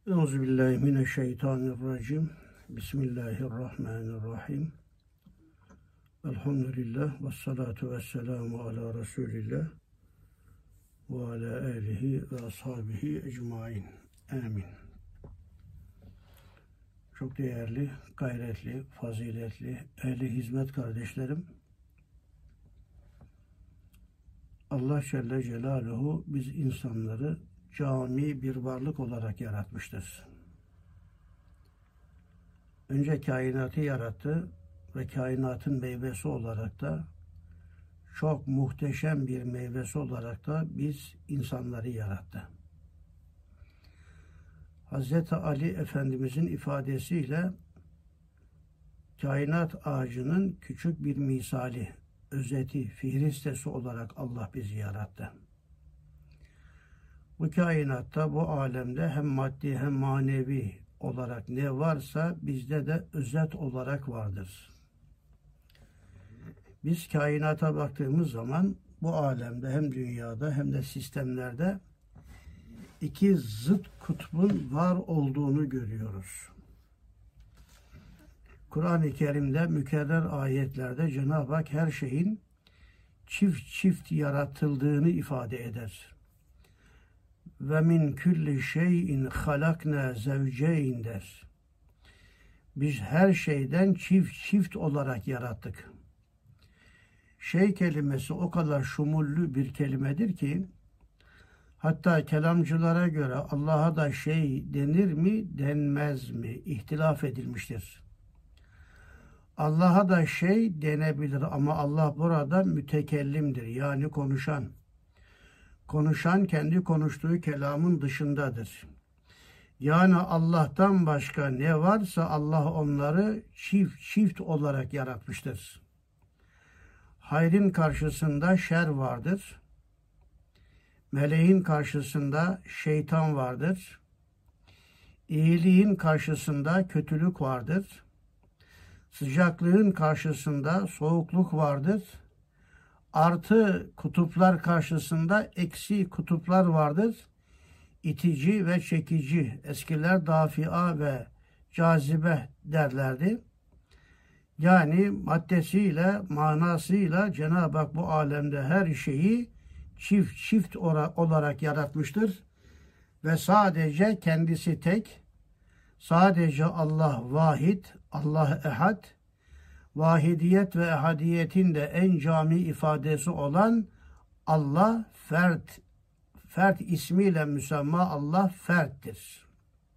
Euzubillahimineşşeytanirracim. Bismillahirrahmanirrahim. Elhamdülillah ve salatu ve selamu ala Resulillah ve ala alihi ve ashabihi ecmain. Amin. Çok değerli, gayretli, faziletli, ehli hizmet kardeşlerim. Allah Celle Celaluhu biz insanları cami bir varlık olarak yaratmıştır. Önce kainatı yarattı ve kainatın meyvesi olarak da çok muhteşem bir meyvesi olarak da biz insanları yarattı. Hazreti Ali Efendimizin ifadesiyle kainat ağacının küçük bir misali, özeti, fihristesi olarak Allah bizi yarattı. Bu kainatta, bu alemde hem maddi hem manevi olarak ne varsa bizde de özet olarak vardır. Biz kainata baktığımız zaman bu alemde hem dünyada hem de sistemlerde iki zıt kutbun var olduğunu görüyoruz. Kur'an-ı Kerim'de mükerrer ayetlerde Cenab-ı Hak her şeyin çift çift yaratıldığını ifade eder. Ve min külli şeyin halakna zevceyn der. Biz her şeyden çift çift olarak yarattık. Şey kelimesi o kadar şumullü bir kelimedir ki hatta kelamcılara göre Allah'a da şey denir mi denmez mi ihtilaf edilmiştir. Allah'a da şey denebilir ama Allah burada mütekellimdir, yani konuşan. Konuşan kendi konuştuğu kelamın dışındadır. Yani Allah'tan başka ne varsa Allah onları çift çift olarak yaratmıştır. Hayrın karşısında şer vardır. Meleğin karşısında şeytan vardır. İyiliğin karşısında kötülük vardır. Sıcaklığın karşısında soğukluk vardır. Artı kutuplar karşısında eksi kutuplar vardır. İtici ve çekici. Eskiler dafia ve cazibe derlerdi. Yani maddesiyle, manasıyla Cenab-ı Hak bu alemde her şeyi çift çift olarak yaratmıştır. Ve sadece kendisi tek, sadece Allah vahid, Allah ehad, vahidiyet ve ehadiyetin de en cami ifadesi olan Allah fert, fert ismiyle müsemma Allah ferttir.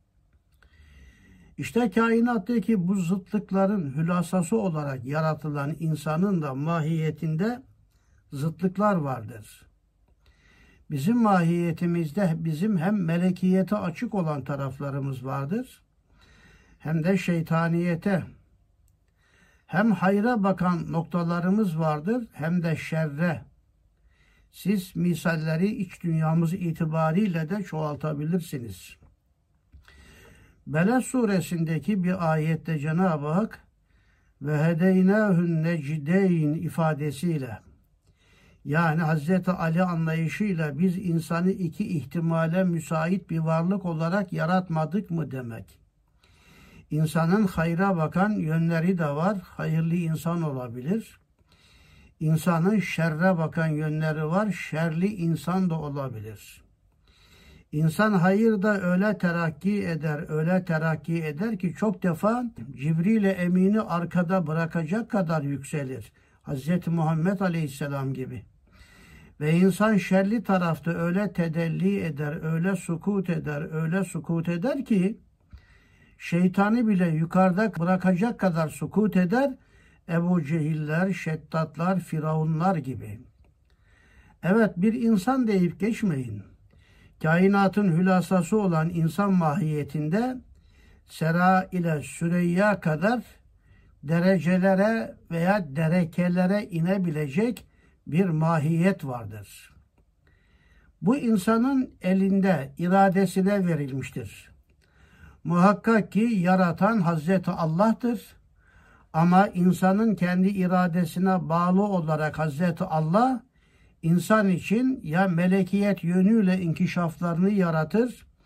İşte kainattaki bu zıtlıkların hülasası olarak yaratılan insanın da mahiyetinde zıtlıklar vardır. Bizim mahiyetimizde bizim hem melekiyete açık olan taraflarımız vardır, hem de şeytaniyete, hem hayra bakan noktalarımız vardır, hem de şerre. Siz misalleri iç dünyamız itibariyle de çoğaltabilirsiniz. Beled suresindeki bir ayette Cenab-ı Hak ve hedeynâhün necdeyn ifadesiyle, yani Hazreti Ali anlayışıyla biz insanı iki ihtimale müsait bir varlık olarak yaratmadık mı demek. İnsanın hayra bakan yönleri de var. Hayırlı insan olabilir. İnsanın şerre bakan yönleri var. Şerli insan da olabilir. İnsan hayırda öyle terakki eder ki çok defa Cibril-i Emin'i arkada bırakacak kadar yükselir. Hz. Muhammed Aleyhisselam gibi. Ve insan şerli tarafta öyle tedelli eder, öyle sukut eder ki şeytanı bile yukarıda bırakacak kadar sukut eder. Ebu Cehiller, Şeddatlar, Firavunlar gibi. Evet, bir insan deyip geçmeyin. Kainatın hülasası olan insan mahiyetinde Sera ile Süreyya kadar derecelere veya derekelere inebilecek bir mahiyet vardır. Bu insanın elinde, iradesine verilmiştir. Muhakkak ki yaratan Hazreti Allah'tır. Ama insanın kendi iradesine bağlı olarak Hazreti Allah insan için ya melekiyet yönüyle inkişaflarını yaratır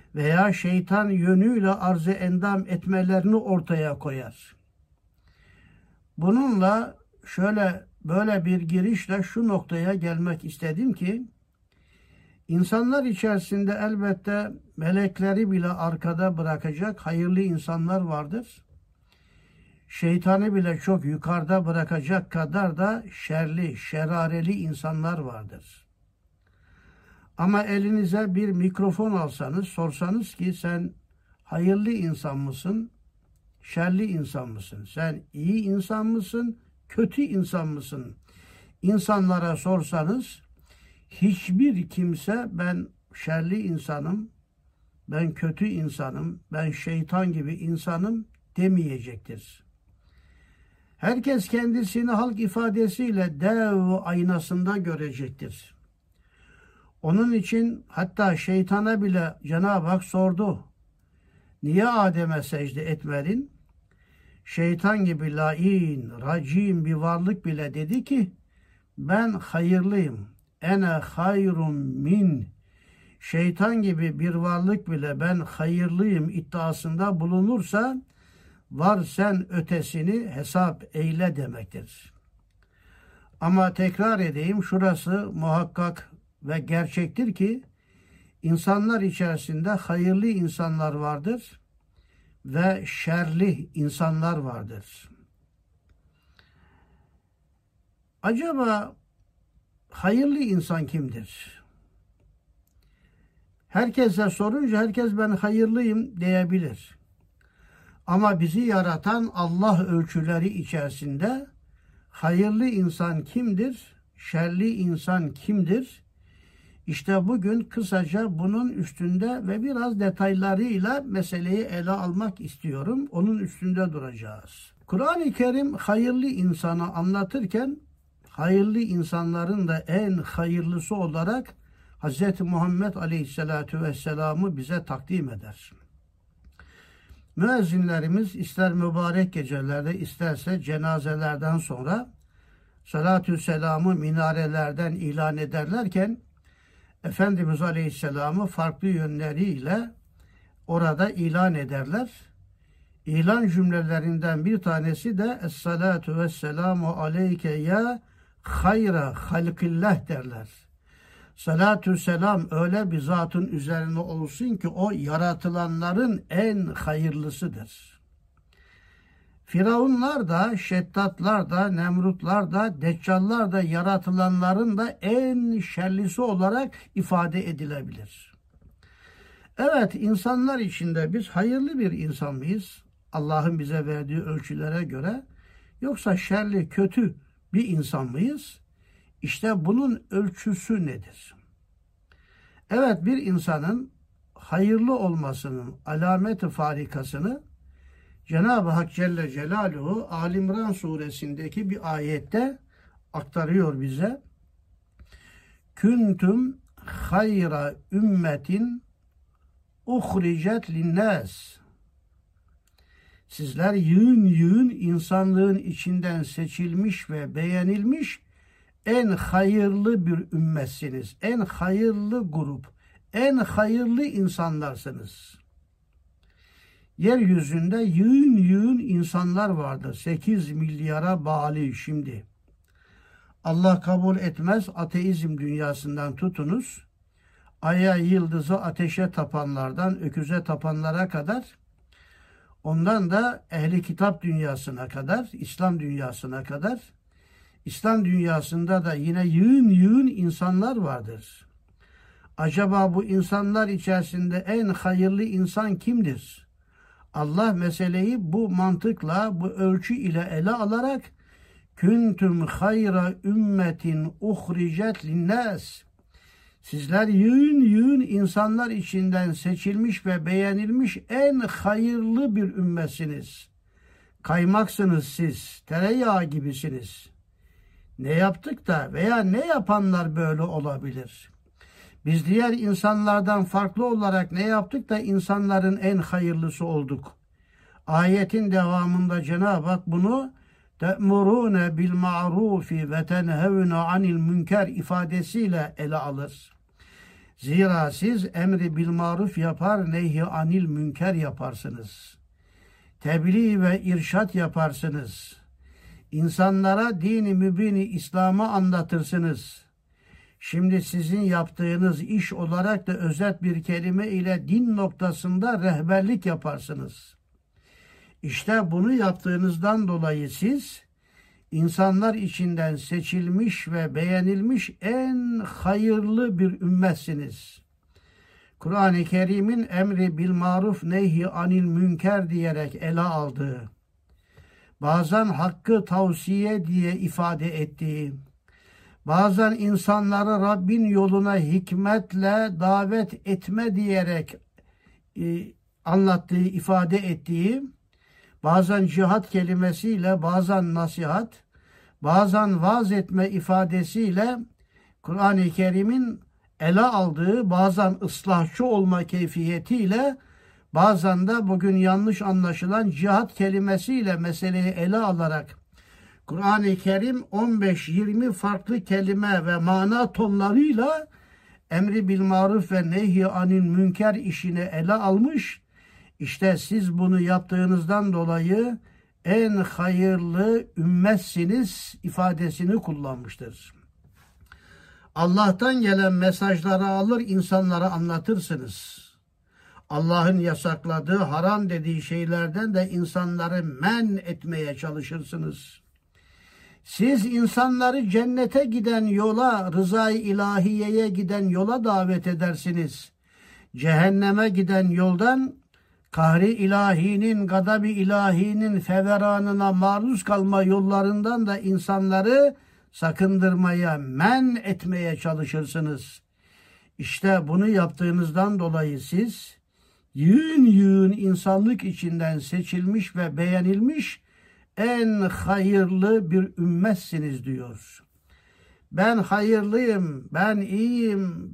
veya şeytan yönüyle arz-ı endam etmelerini ortaya koyar. Bununla böyle bir girişle şu noktaya gelmek istedim ki, insanlar içerisinde elbette melekleri bile arkada bırakacak hayırlı insanlar vardır. Şeytanı bile çok yukarıda bırakacak kadar da şerli, şerareli insanlar vardır. Ama elinize bir mikrofon alsanız, sorsanız ki sen hayırlı insan mısın, şerli insan mısın? Sen iyi insan mısın, kötü insan mısın? İnsanlara sorsanız hiçbir kimse ben şerli insanım, ben kötü insanım, ben şeytan gibi insanım demeyecektir. Herkes kendisini halk ifadesiyle dev aynasında görecektir. Onun için hatta şeytana bile Cenab-ı Hak sordu. Niye Adem'e secde etmedin? Şeytan gibi lain, racim bir varlık bile dedi ki ben hayırlıyım. Ene hayrun min. Şeytan gibi bir varlık bile ben hayırlıyım iddiasında bulunursa var sen ötesini hesap eyle demektir. Ama tekrar edeyim, şurası muhakkak ve gerçektir ki insanlar içerisinde hayırlı insanlar vardır ve şerli insanlar vardır. Acaba hayırlı insan kimdir? Herkese sorunca herkes ben hayırlıyım diyebilir. Ama bizi yaratan Allah ölçüleri içerisinde hayırlı insan kimdir? Şerli insan kimdir? İşte bugün kısaca bunun üstünde ve biraz detaylarıyla meseleyi ele almak istiyorum. Onun üstünde duracağız. Kur'an-ı Kerim hayırlı insanı anlatırken hayırlı insanların da en hayırlısı olarak Hz. Muhammed Aleyhisselatü Vesselam'ı bize takdim eder. Müezzinlerimiz ister mübarek gecelerde isterse cenazelerden sonra salatü selamı minarelerden ilan ederlerken Efendimiz Aleyhisselam'ı farklı yönleriyle orada ilan ederler. İlan cümlelerinden bir tanesi de Es-salatu vesselamu aleyke ya hayra halkillah derler. Salatü selam öyle bir zatın üzerine olsun ki o yaratılanların en hayırlısıdır. Firavunlar da, Şeddatlar da, Nemrutlar da, Deccallar da yaratılanların da en şerlisi olarak ifade edilebilir. Evet, insanlar içinde biz hayırlı bir insan mıyız? Allah'ın bize verdiği ölçülere göre. Yoksa şerli, kötü bir insan mıyız? İşte bunun ölçüsü nedir? Evet, bir insanın hayırlı olmasının alameti farikasını Cenab-ı Hak Celle Celaluhu Ali İmran suresindeki bir ayette aktarıyor bize. Kuntum hayra ümmetin uhricet linnâs. Sizler yığın yığın insanlığın içinden seçilmiş ve beğenilmiş en hayırlı bir ümmetsiniz. En hayırlı grup, en hayırlı insanlarsınız. Yeryüzünde yığın yığın insanlar vardır. 8 milyara bağlı şimdi. Allah kabul etmez ateizm dünyasından tutunuz. Aya, yıldıza, ateşe tapanlardan öküze tapanlara kadar, ondan da ehli kitap dünyasına kadar, İslam dünyasına kadar, İslam dünyasında da yine yığın yığın insanlar vardır. Acaba bu insanlar içerisinde en hayırlı insan kimdir? Allah meseleyi bu mantıkla, bu ölçü ile ele alarak kuntum hayra ümmetin uhricet linnâs. Sizler yığın yığın insanlar içinden seçilmiş ve beğenilmiş en hayırlı bir ümmetsiniz. Kaymaksınız siz, tereyağı gibisiniz. Ne yaptık da veya ne yapanlar böyle olabilir? Biz diğer insanlardan farklı olarak ne yaptık da insanların en hayırlısı olduk? Ayetin devamında Cenab-ı Hak bunu te'murûne bil ma'rufi ve tenhevne anil münker ifadesiyle ele alır. Zira siz emri bil maruf yapar, nehy anil münker yaparsınız. Tebliğ ve irşat yaparsınız. İnsanlara dini mübini İslam'ı anlatırsınız. Şimdi sizin yaptığınız iş olarak da özet bir kelime ile din noktasında rehberlik yaparsınız. İşte bunu yaptığınızdan dolayı siz insanlar içinden seçilmiş ve beğenilmiş en hayırlı bir ümmetsiniz. Kur'an-ı Kerim'in emri bil maruf nehy anil münker diyerek ele aldığı, bazen hakkı tavsiye diye ifade ettiği, bazen insanları Rabbin yoluna hikmetle davet etme diyerek anlattığı, ifade ettiği, bazen cihat kelimesiyle, bazen nasihat, bazen vaaz etme ifadesiyle Kur'an-ı Kerim'in ele aldığı, bazen ıslahçı olma keyfiyetiyle, bazen de bugün yanlış anlaşılan cihat kelimesiyle meseleyi ele alarak Kur'an-ı Kerim 15-20 farklı kelime ve mana tonlarıyla emri bil maruf ve nehy anil münker işini ele almış. İşte siz bunu yaptığınızdan dolayı en hayırlı ümmetsiniz ifadesini kullanmıştır. Allah'tan gelen mesajları alır, insanlara anlatırsınız. Allah'ın yasakladığı, haram dediği şeylerden de insanları men etmeye çalışırsınız. Siz insanları cennete giden yola, rızayı ilahiyeye giden yola davet edersiniz. Cehenneme giden yoldan, kahri ilahinin, gadab-ı ilahinin feveranına maruz kalma yollarından da insanları sakındırmaya, men etmeye çalışırsınız. İşte bunu yaptığınızdan dolayı siz yığın yığın insanlık içinden seçilmiş ve beğenilmiş en hayırlı bir ümmetsiniz diyor. Ben hayırlıyım, ben iyiyim,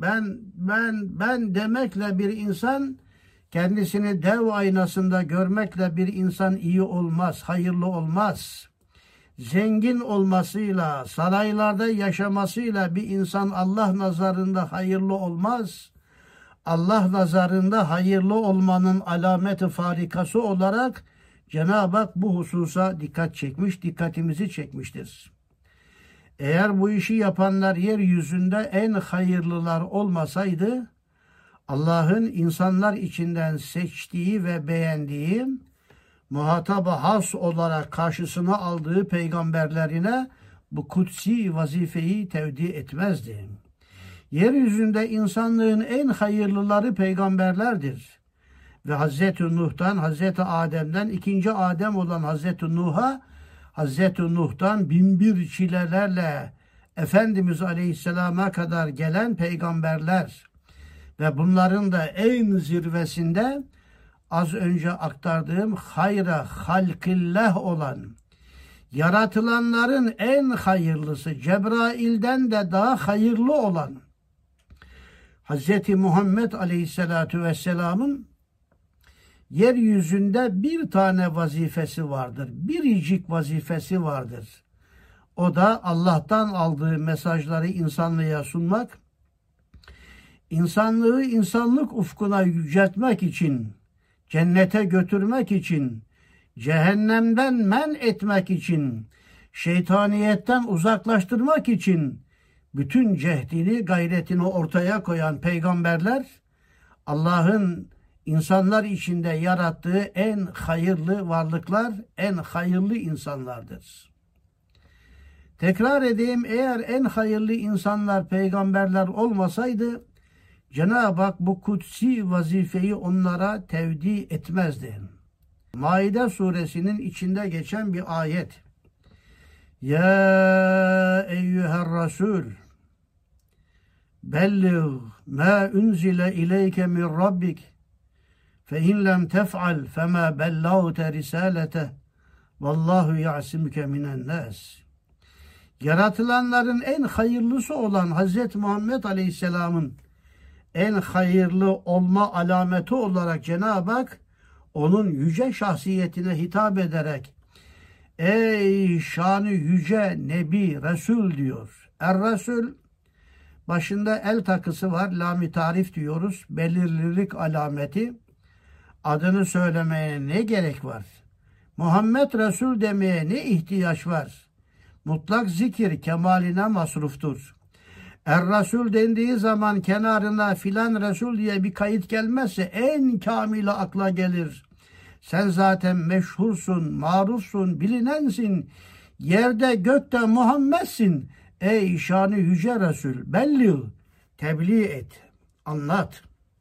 ben demekle bir insan kendisini dev aynasında görmekle bir insan iyi olmaz, hayırlı olmaz. Zengin olmasıyla, saraylarda yaşamasıyla bir insan Allah nazarında hayırlı olmaz. Allah nazarında hayırlı olmanın alameti farikası olarak Cenab-ı Hak bu hususa dikkat çekmiş, dikkatimizi çekmiştir. Eğer bu işi yapanlar yeryüzünde en hayırlılar olmasaydı, Allah'ın insanlar içinden seçtiği ve beğendiği, muhatap-ı has olarak karşısına aldığı peygamberlerine bu kutsi vazifeyi tevdi etmezdi. Yeryüzünde insanlığın en hayırlıları peygamberlerdir. Ve Hazreti Nuh'tan, Hazreti Adem'den, ikinci Adem olan Hazreti Nuh'a, Hazreti Nuh'tan 1001 çilelerle Efendimiz Aleyhisselam'a kadar gelen peygamberler ve bunların da en zirvesinde az önce aktardığım hayra halkillah olan, yaratılanların en hayırlısı, Cebrail'den de daha hayırlı olan Hazreti Muhammed Aleyhisselatü Vesselam'ın yeryüzünde bir tane vazifesi vardır. Biricik vazifesi vardır. O da Allah'tan aldığı mesajları insanlığa sunmak, insanlığı insanlık ufkuna yüceltmek için, cennete götürmek için, cehennemden men etmek için, şeytaniyetten uzaklaştırmak için bütün cehdini, gayretini ortaya koyan peygamberler, Allah'ın insanlar içinde yarattığı en hayırlı varlıklar, en hayırlı insanlardır. Tekrar edeyim, eğer en hayırlı insanlar peygamberler olmasaydı, Cenab-ı Hak bu kutsi vazifeyi onlara tevdi etmezdi. Maide suresinin içinde geçen bir ayet. Ya eyyüher Resul belliğ ma unzile ileyke min rabbik fe in lem tef'al fema bellagte risalete vallahu ya'simuke minen nas. Yaratılanların en hayırlısı olan Hazreti Muhammed Aleyhisselam'ın en hayırlı olma alameti olarak Cenab-ı Hak onun yüce şahsiyetine hitap ederek ey şanı yüce Nebi, Resul diyor. Er-Resul Başında el takısı var. Lam-ı tarif diyoruz. Belirlilik alameti. Adını söylemeye ne gerek var? Muhammed Resul demeye ne ihtiyaç var? Mutlak zikir kemaline masruftur. Resul dendiği zaman kenarına filan Resul diye bir kayıt gelmezse en kamili akla gelir. Sen zaten meşhursun, marufsun, bilinensin. Yerde gökte Muhammed'sin. Ey şanı yüce Resul, belli, tebliğ et, anlat.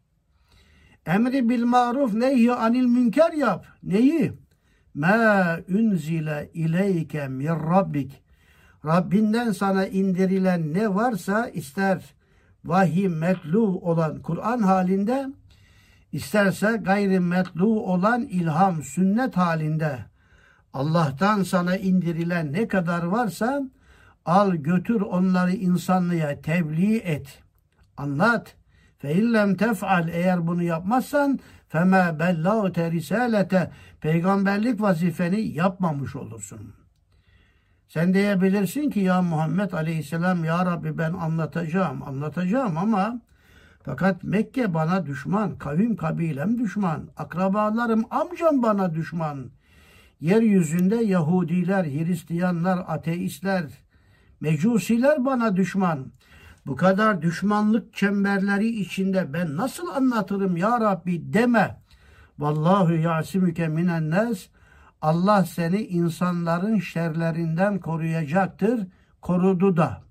Emri bil maruf nehyi anil münker yap. Neyi? Ma unzile ileyke min rabbik. Rabbinden sana indirilen ne varsa ister vahiy metlu olan Kur'an halinde, isterse gayri metlu olan ilham, sünnet halinde Allah'tan sana indirilen ne kadar varsa al götür onları insanlığa tebliğ et. Anlat. Fe illem tef'al, eğer bunu yapmazsan fema bellagte risalete, peygamberlik vazifeni yapmamış olursun. Sen diyebilirsin ki ya Muhammed Aleyhisselam, ya Rabbi ben anlatacağım ama fakat Mekke bana düşman, kavim kabilem düşman, akrabalarım, amcam bana düşman. Yeryüzünde Yahudiler, Hristiyanlar, ateistler, Mecusiler bana düşman. Bu kadar düşmanlık çemberleri içinde ben nasıl anlatırım ya Rabbi deme. Vallahu ya'simüke minen nas. Allah seni insanların şerlerinden koruyacaktır. Korudu da.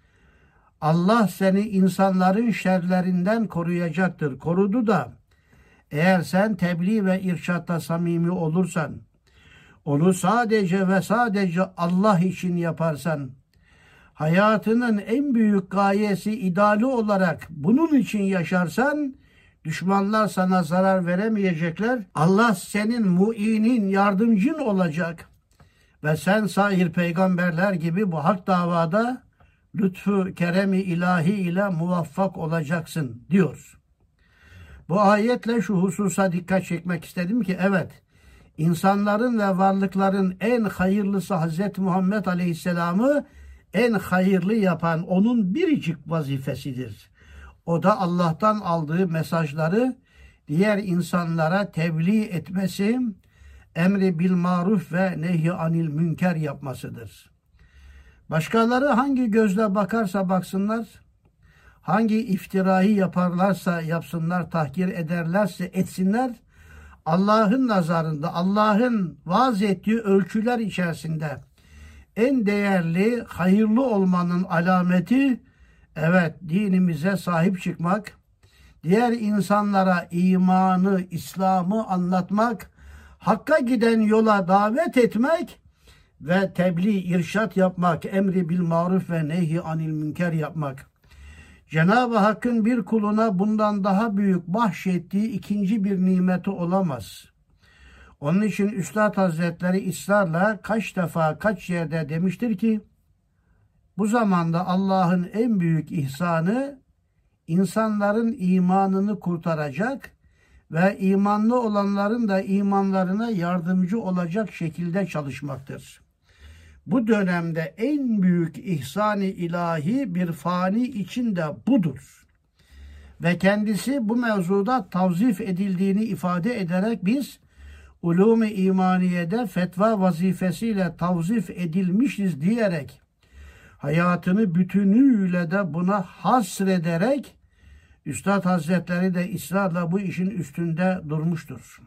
Allah seni insanların şerlerinden koruyacaktır. Korudu da. Eğer sen tebliğ ve irşatta samimi olursan, onu sadece ve sadece Allah için yaparsan, hayatının en büyük gayesi, ideali olarak bunun için yaşarsan, düşmanlar sana zarar veremeyecekler. Allah senin muinin, yardımcın olacak. Ve sen sair peygamberler gibi bu hak davada lütfu, keremi ilahi ile muvaffak olacaksın diyor. Bu ayetle şu hususa dikkat çekmek istedim ki evet, insanların ve varlıkların en hayırlısı Hazreti Muhammed Aleyhisselam'ı en hayırlı yapan onun biricik vazifesidir. O da Allah'tan aldığı mesajları diğer insanlara tebliğ etmesi, emri bil maruf ve nehy anil münker yapmasıdır. Başkaları hangi gözle bakarsa baksınlar, hangi iftirayı yaparlarsa yapsınlar, tahkir ederlerse etsinler, Allah'ın nazarında, Allah'ın vaaz ettiği ölçüler içerisinde en değerli, hayırlı olmanın alameti, evet, dinimize sahip çıkmak, diğer insanlara imanı, İslam'ı anlatmak, hakka giden yola davet etmek ve tebliğ, irşat yapmak, emri bil maruf ve nehy anil münker yapmak. Cenab-ı Hakk'ın bir kuluna bundan daha büyük bahşettiği ikinci bir nimeti olamaz. Onun için Üstad Hazretleri ısrarla kaç defa, kaç yerde demiştir ki, bu zamanda Allah'ın en büyük ihsanı insanların imanını kurtaracak ve imanlı olanların da imanlarına yardımcı olacak şekilde çalışmaktır. Bu dönemde en büyük ihsan-ı ilahi bir fani için de budur. Ve kendisi bu mevzuda tavzif edildiğini ifade ederek biz ulûm-i imaniyede fetva vazifesiyle tavzif edilmişiz diyerek hayatını bütünüyle de buna hasrederek Üstad Hazretleri de ısrarla bu işin üstünde durmuştur.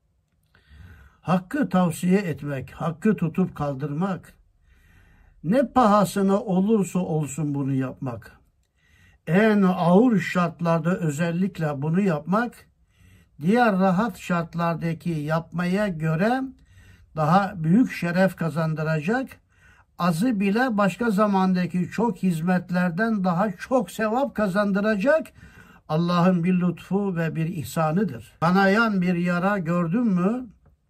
Hakkı tavsiye etmek, hakkı tutup kaldırmak, ne pahasına olursa olsun bunu yapmak, en ağır şartlarda özellikle bunu yapmak, diğer rahat şartlardaki yapmaya göre daha büyük şeref kazandıracak, azı bile başka zamandaki çok hizmetlerden daha çok sevap kazandıracak Allah'ın bir lütfu ve bir ihsanıdır. Kanayan bir yara gördün mü,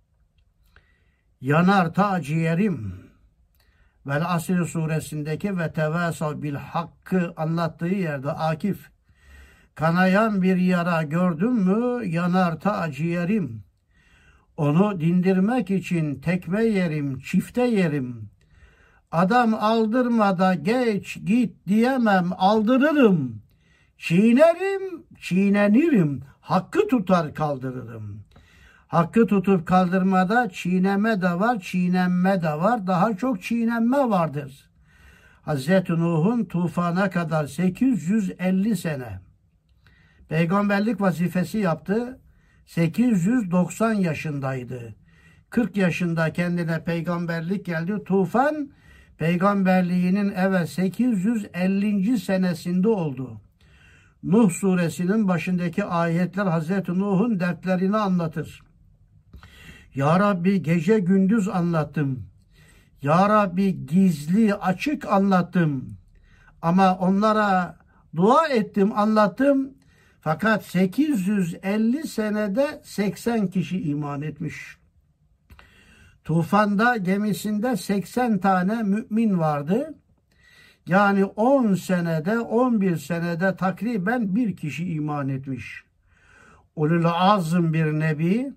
yanar ta ciğerim. Vel Asr suresindeki ve tevasav bil hakkı anlattığı yerde Akif, kanayan bir yara gördün mü, yanar ta ciğerim. Onu dindirmek için tekme yerim, çifte yerim. Adam aldırmada geç git diyemem, aldırırım. Çiğnerim, çiğnenirim, hakkı tutar kaldırırım. Hakkı tutup kaldırmada çiğneme de var, çiğnenme de var. Daha çok çiğnenme vardır. Hazreti Nuh'un tufana kadar 850 sene peygamberlik vazifesi yaptı. 890 yaşındaydı. 40 yaşında kendine peygamberlik geldi. Tufan peygamberliğinin 850. senesinde oldu. Nuh suresinin başındaki ayetler Hazreti Nuh'un dertlerini anlatır. Ya Rabbi gece gündüz anlattım. Ya Rabbi gizli açık anlattım. Ama onlara dua ettim, anlattım. Fakat 850 senede 80 kişi iman etmiş. Tufanda gemisinde 80 tane mümin vardı. Yani 10 senede, 11 senede takriben bir kişi iman etmiş. Ulul azm bir nebi,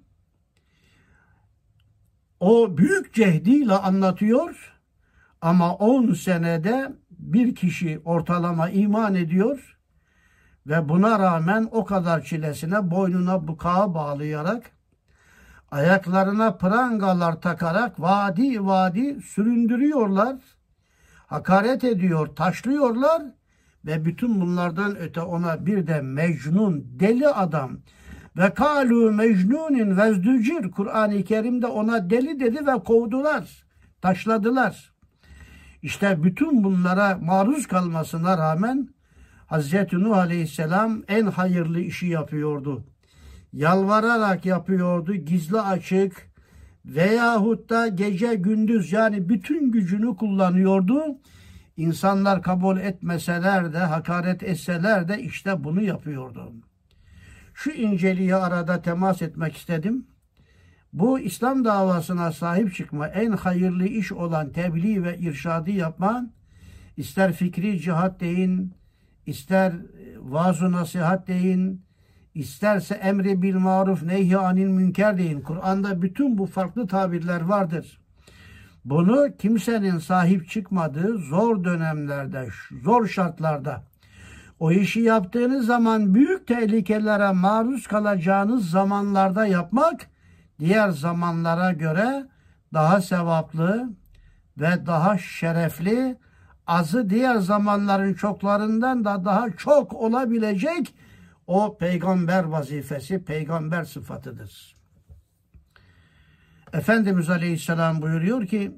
o büyük cehdiyle anlatıyor ama 10 senede bir kişi ortalama iman ediyor ve buna rağmen o kadar çilesine boynuna bukağı bağlayarak, ayaklarına prangalar takarak vadi vadi süründürüyorlar, hakaret ediyor, taşlıyorlar ve bütün bunlardan öte ona bir de mecnun, deli adam ve kalu mecnunin vezdücir, Kur'an-ı Kerim'de ona deli dedi ve kovdular, taşladılar. İşte bütün bunlara maruz kalmasına rağmen Hazreti Nuh Aleyhisselam en hayırlı işi yapıyordu. Yalvararak yapıyordu, gizli açık veyahut da gece gündüz, yani bütün gücünü kullanıyordu. İnsanlar kabul etmeseler de, hakaret etseler de işte bunu yapıyordu. Şu inceliğe arada temas etmek istedim. Bu İslam davasına sahip çıkma, en hayırlı iş olan tebliğ ve irşadı yapma, ister fikri cihat deyin, ister vaaz-ı nasihat deyin, isterse emri bil maruf nehy anil münker deyin. Kur'an'da bütün bu farklı tabirler vardır. Bunu kimsenin sahip çıkmadığı zor dönemlerde, zor şartlarda, o işi yaptığınız zaman büyük tehlikelere maruz kalacağınız zamanlarda yapmak, diğer zamanlara göre daha sevaplı ve daha şerefli, azı diğer zamanların çoklarından da daha çok olabilecek o peygamber vazifesi, peygamber sıfatıdır. Efendimiz Aleyhisselam buyuruyor ki,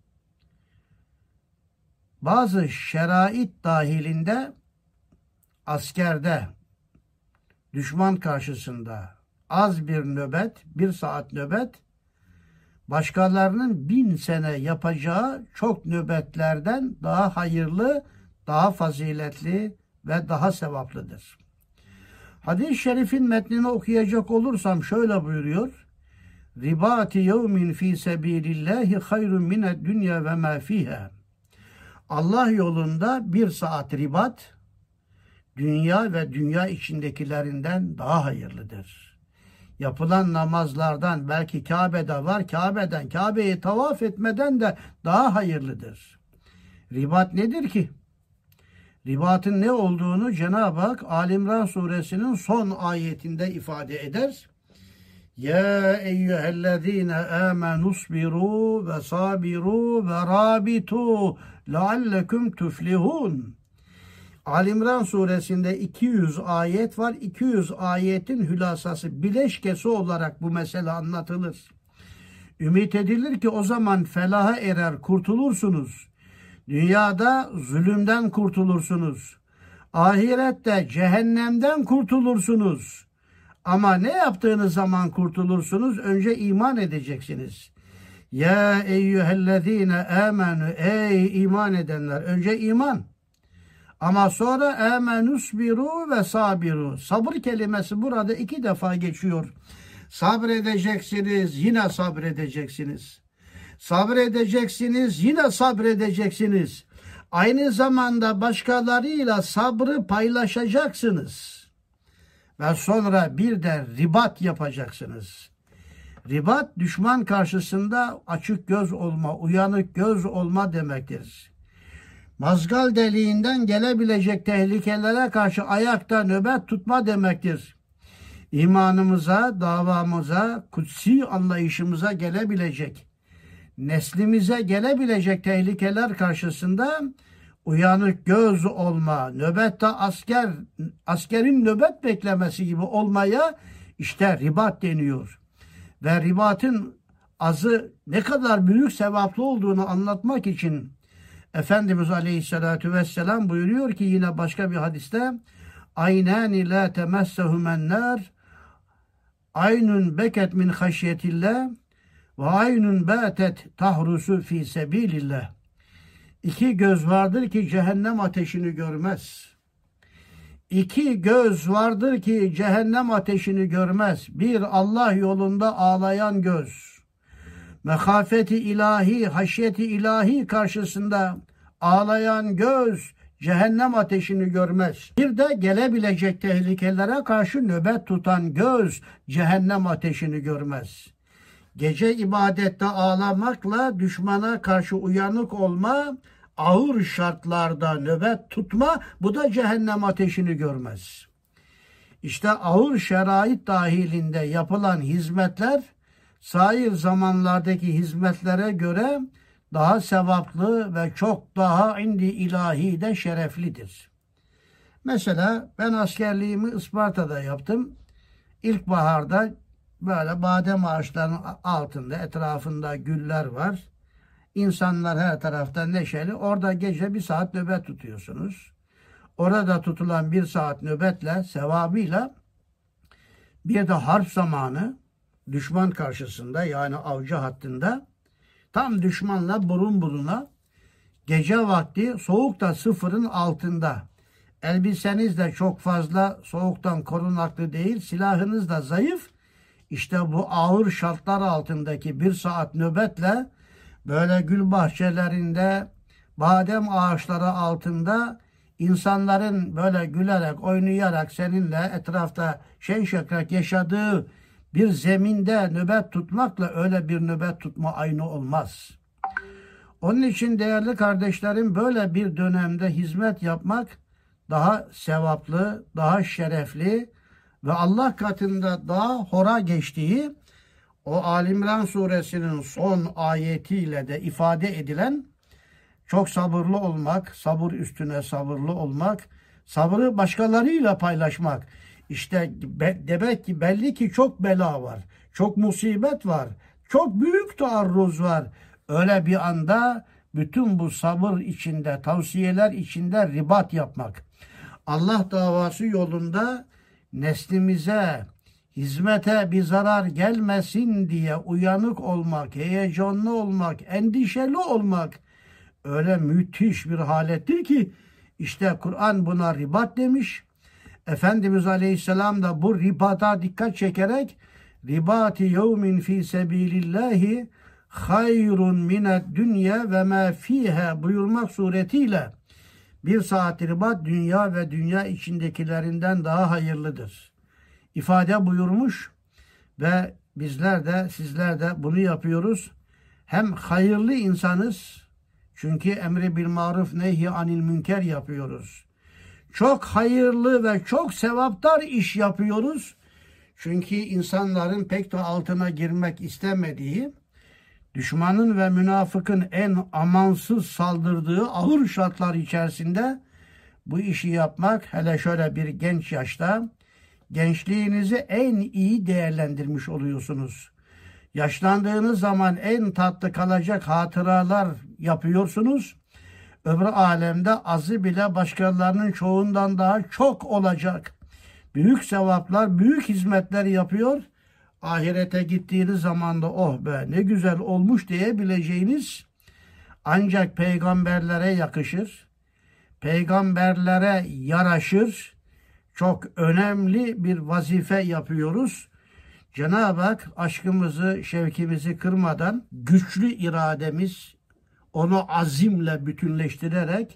bazı şerait dahilinde askerde, düşman karşısında az bir nöbet, 1 saat nöbet, başkalarının 1000 sene yapacağı çok nöbetlerden daha hayırlı, daha faziletli ve daha sevaplıdır. Hadis-i şerifin metnini okuyacak olursam şöyle buyuruyor. Ribati yevmin fi sebilillahi hayrun mined dünya ve ma fiha. Allah yolunda 1 saat ribat, dünya ve dünya içindekilerinden daha hayırlıdır. Yapılan namazlardan, belki Kabe'de var, Kabe'den, Kabe'yi tavaf etmeden de daha hayırlıdır. Ribat nedir ki? Ribatın ne olduğunu Cenab-ı Hak Ali İmran suresinin son ayetinde ifade eder. Ya eyyühellezine amenusbiru ve sabiru ve rabitu leallekum tuflihun. Ali İmran suresinde 200 ayet var. 200 ayetin hülasası, bileşkesi olarak bu mesele anlatılır. Ümit edilir ki o zaman felaha erer, kurtulursunuz. Dünyada zulümden kurtulursunuz. Ahirette cehennemden kurtulursunuz. Ama ne yaptığınız zaman kurtulursunuz? Önce iman edeceksiniz. Ya eyyühellezine amenu, ey iman edenler. Önce iman. Ama sonra amenusbiru ve sabiru. Sabır kelimesi burada 2 defa geçiyor. Sabredeceksiniz, yine sabredeceksiniz. Sabredeceksiniz, yine sabredeceksiniz. Aynı zamanda başkalarıyla sabrı paylaşacaksınız. Ve sonra bir de ribat yapacaksınız. Ribat düşman karşısında açık göz olma, uyanık göz olma demektir. Mazgal deliğinden gelebilecek tehlikelere karşı ayakta nöbet tutma demektir. İmanımıza, davamıza, kutsi anlayışımıza gelebilecek, neslimize gelebilecek tehlikeler karşısında uyanık göz olma, nöbette askerin nöbet beklemesi gibi olmaya işte ribat deniyor. Ve ribatın azı ne kadar büyük sevaplı olduğunu anlatmak için Efendimiz Aleyhisselatü Vesselam buyuruyor ki yine başka bir hadiste aynâni lâ temessehumen nâr aynun beket min haşyetillah ve aynun bâtet tahrusu fî sebîlillah. İki göz vardır ki cehennem ateşini görmez. İki göz vardır ki cehennem ateşini görmez. Bir, Allah yolunda ağlayan göz. Mehafeti ilahi, haşyeti ilahi karşısında ağlayan göz cehennem ateşini görmez. Bir de gelebilecek tehlikelere karşı nöbet tutan göz cehennem ateşini görmez. Gece ibadette ağlamakla düşmana karşı uyanık olma, ağır şartlarda nöbet tutma, bu da cehennem ateşini görmez. İşte ağır şerait dahilinde yapılan hizmetler, sair zamanlardaki hizmetlere göre daha sevaplı ve çok daha indi ilahi de şereflidir. Mesela ben askerliğimi Isparta'da yaptım. İlkbaharda böyle badem ağaçlarının altında, etrafında güller var. İnsanlar her tarafta neşeli. Orada gece 1 saat nöbet tutuyorsunuz. Orada tutulan 1 saat nöbetle, sevabıyla bir de harp zamanı düşman karşısında yani avcı hattında tam düşmanla burun buruna gece vakti soğukta sıfırın altında elbiseniz de çok fazla soğuktan korunaklı değil, silahınız da zayıf. İşte bu ağır şartlar altındaki 1 saat nöbetle böyle gül bahçelerinde, badem ağaçları altında insanların böyle gülerek, oynayarak seninle etrafta şen şakrak yaşadığı bir zeminde nöbet tutmakla öyle bir nöbet tutma aynı olmaz. Onun için değerli kardeşlerim böyle bir dönemde hizmet yapmak daha sevaplı, daha şerefli ve Allah katında daha hora geçtiği o Ali İmran suresinin son ayetiyle de ifade edilen çok sabırlı olmak, sabır üstüne sabırlı olmak, sabrı başkalarıyla paylaşmak. İşte demek ki belli ki çok bela var, çok musibet var, çok büyük taarruz var. Öyle bir anda bütün bu sabır içinde, tavsiyeler içinde ribat yapmak. Allah davası yolunda neslimize, hizmete bir zarar gelmesin diye uyanık olmak, heyecanlı olmak, endişeli olmak öyle müthiş bir halettir ki işte Kur'an buna ribat demiş. Efendimiz Aleyhisselam da bu ribata dikkat çekerek ribati yevmin fi sebilillahi hayrun mined dünya ve ma fiha buyurmak suretiyle 1 saat ribat dünya ve dünya içindekilerinden daha hayırlıdır ifade buyurmuş ve bizler de sizler de bunu yapıyoruz. Hem hayırlı insanız çünkü emri bil maruf nehy anil münker yapıyoruz. Çok hayırlı ve çok sevaptar iş yapıyoruz. Çünkü insanların pek de altına girmek istemediği, düşmanın ve münafıkın en amansız saldırdığı ağır şartlar içerisinde bu işi yapmak, hele şöyle bir genç yaşta gençliğinizi en iyi değerlendirmiş oluyorsunuz. Yaşlandığınız zaman en tatlı kalacak hatıralar yapıyorsunuz. Öbür alemde azı bile başkalarının çoğundan daha çok olacak. Büyük sevaplar, büyük hizmetler yapıyor. Ahirete gittiğiniz zaman da oh be ne güzel olmuş diyebileceğiniz ancak peygamberlere yakışır. Peygamberlere yaraşır. Çok önemli bir vazife yapıyoruz. Cenab-ı Hak aşkımızı, şevkimizi kırmadan güçlü irademiz, onu azimle bütünleştirerek,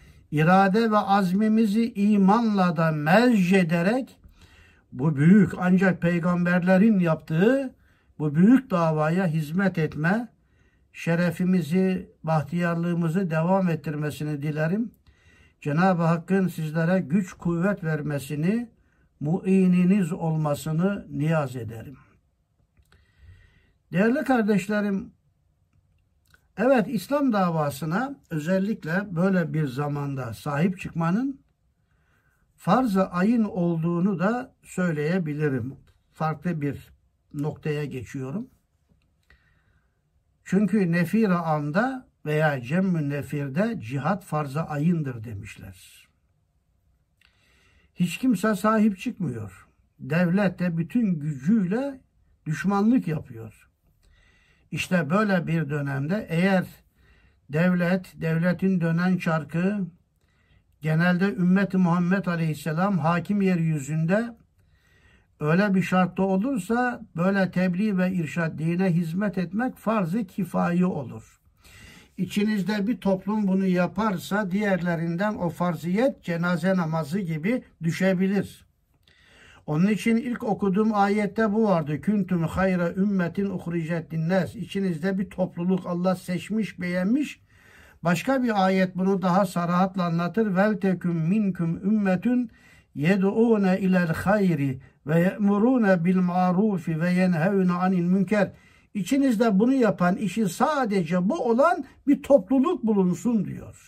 irade ve azmimizi imanla da mezc ederek, bu büyük ancak peygamberlerin yaptığı, bu büyük davaya hizmet etme, şerefimizi, bahtiyarlığımızı devam ettirmesini dilerim. Cenab-ı Hakk'ın sizlere güç, kuvvet vermesini, muininiz olmasını niyaz ederim. Değerli kardeşlerim, evet, İslam davasına özellikle böyle bir zamanda sahip çıkmanın farz-ı ayın olduğunu da söyleyebilirim. Farklı bir noktaya geçiyorum. Çünkü nefir-i amda veya cem-i nefirde cihat farz-ı ayındır demişler. Hiç kimse sahip çıkmıyor. Devlet de bütün gücüyle düşmanlık yapıyor. İşte böyle bir dönemde eğer devletin dönen çarkı, genelde ümmeti Muhammed Aleyhisselam hakim yeryüzünde öyle bir şartta olursa böyle tebliğ ve irşad, dine hizmet etmek farz-ı kifayi olur. İçinizde bir toplum bunu yaparsa diğerlerinden o farziyet cenaze namazı gibi düşebilir. Onun için ilk okuduğum ayette bu vardı. Kuntum hayra ümmetin uhricet linnas. İçinizde bir topluluk Allah seçmiş, beğenmiş. Başka bir ayet bunu daha sarahatla anlatır. Vel teküm minkum ümmetun yed'ûne ilel hayri ve ye'murûne bil ma'rufi ve yenhevne anil münker. İçinizde bunu yapan, işi sadece bu olan bir topluluk bulunsun diyor.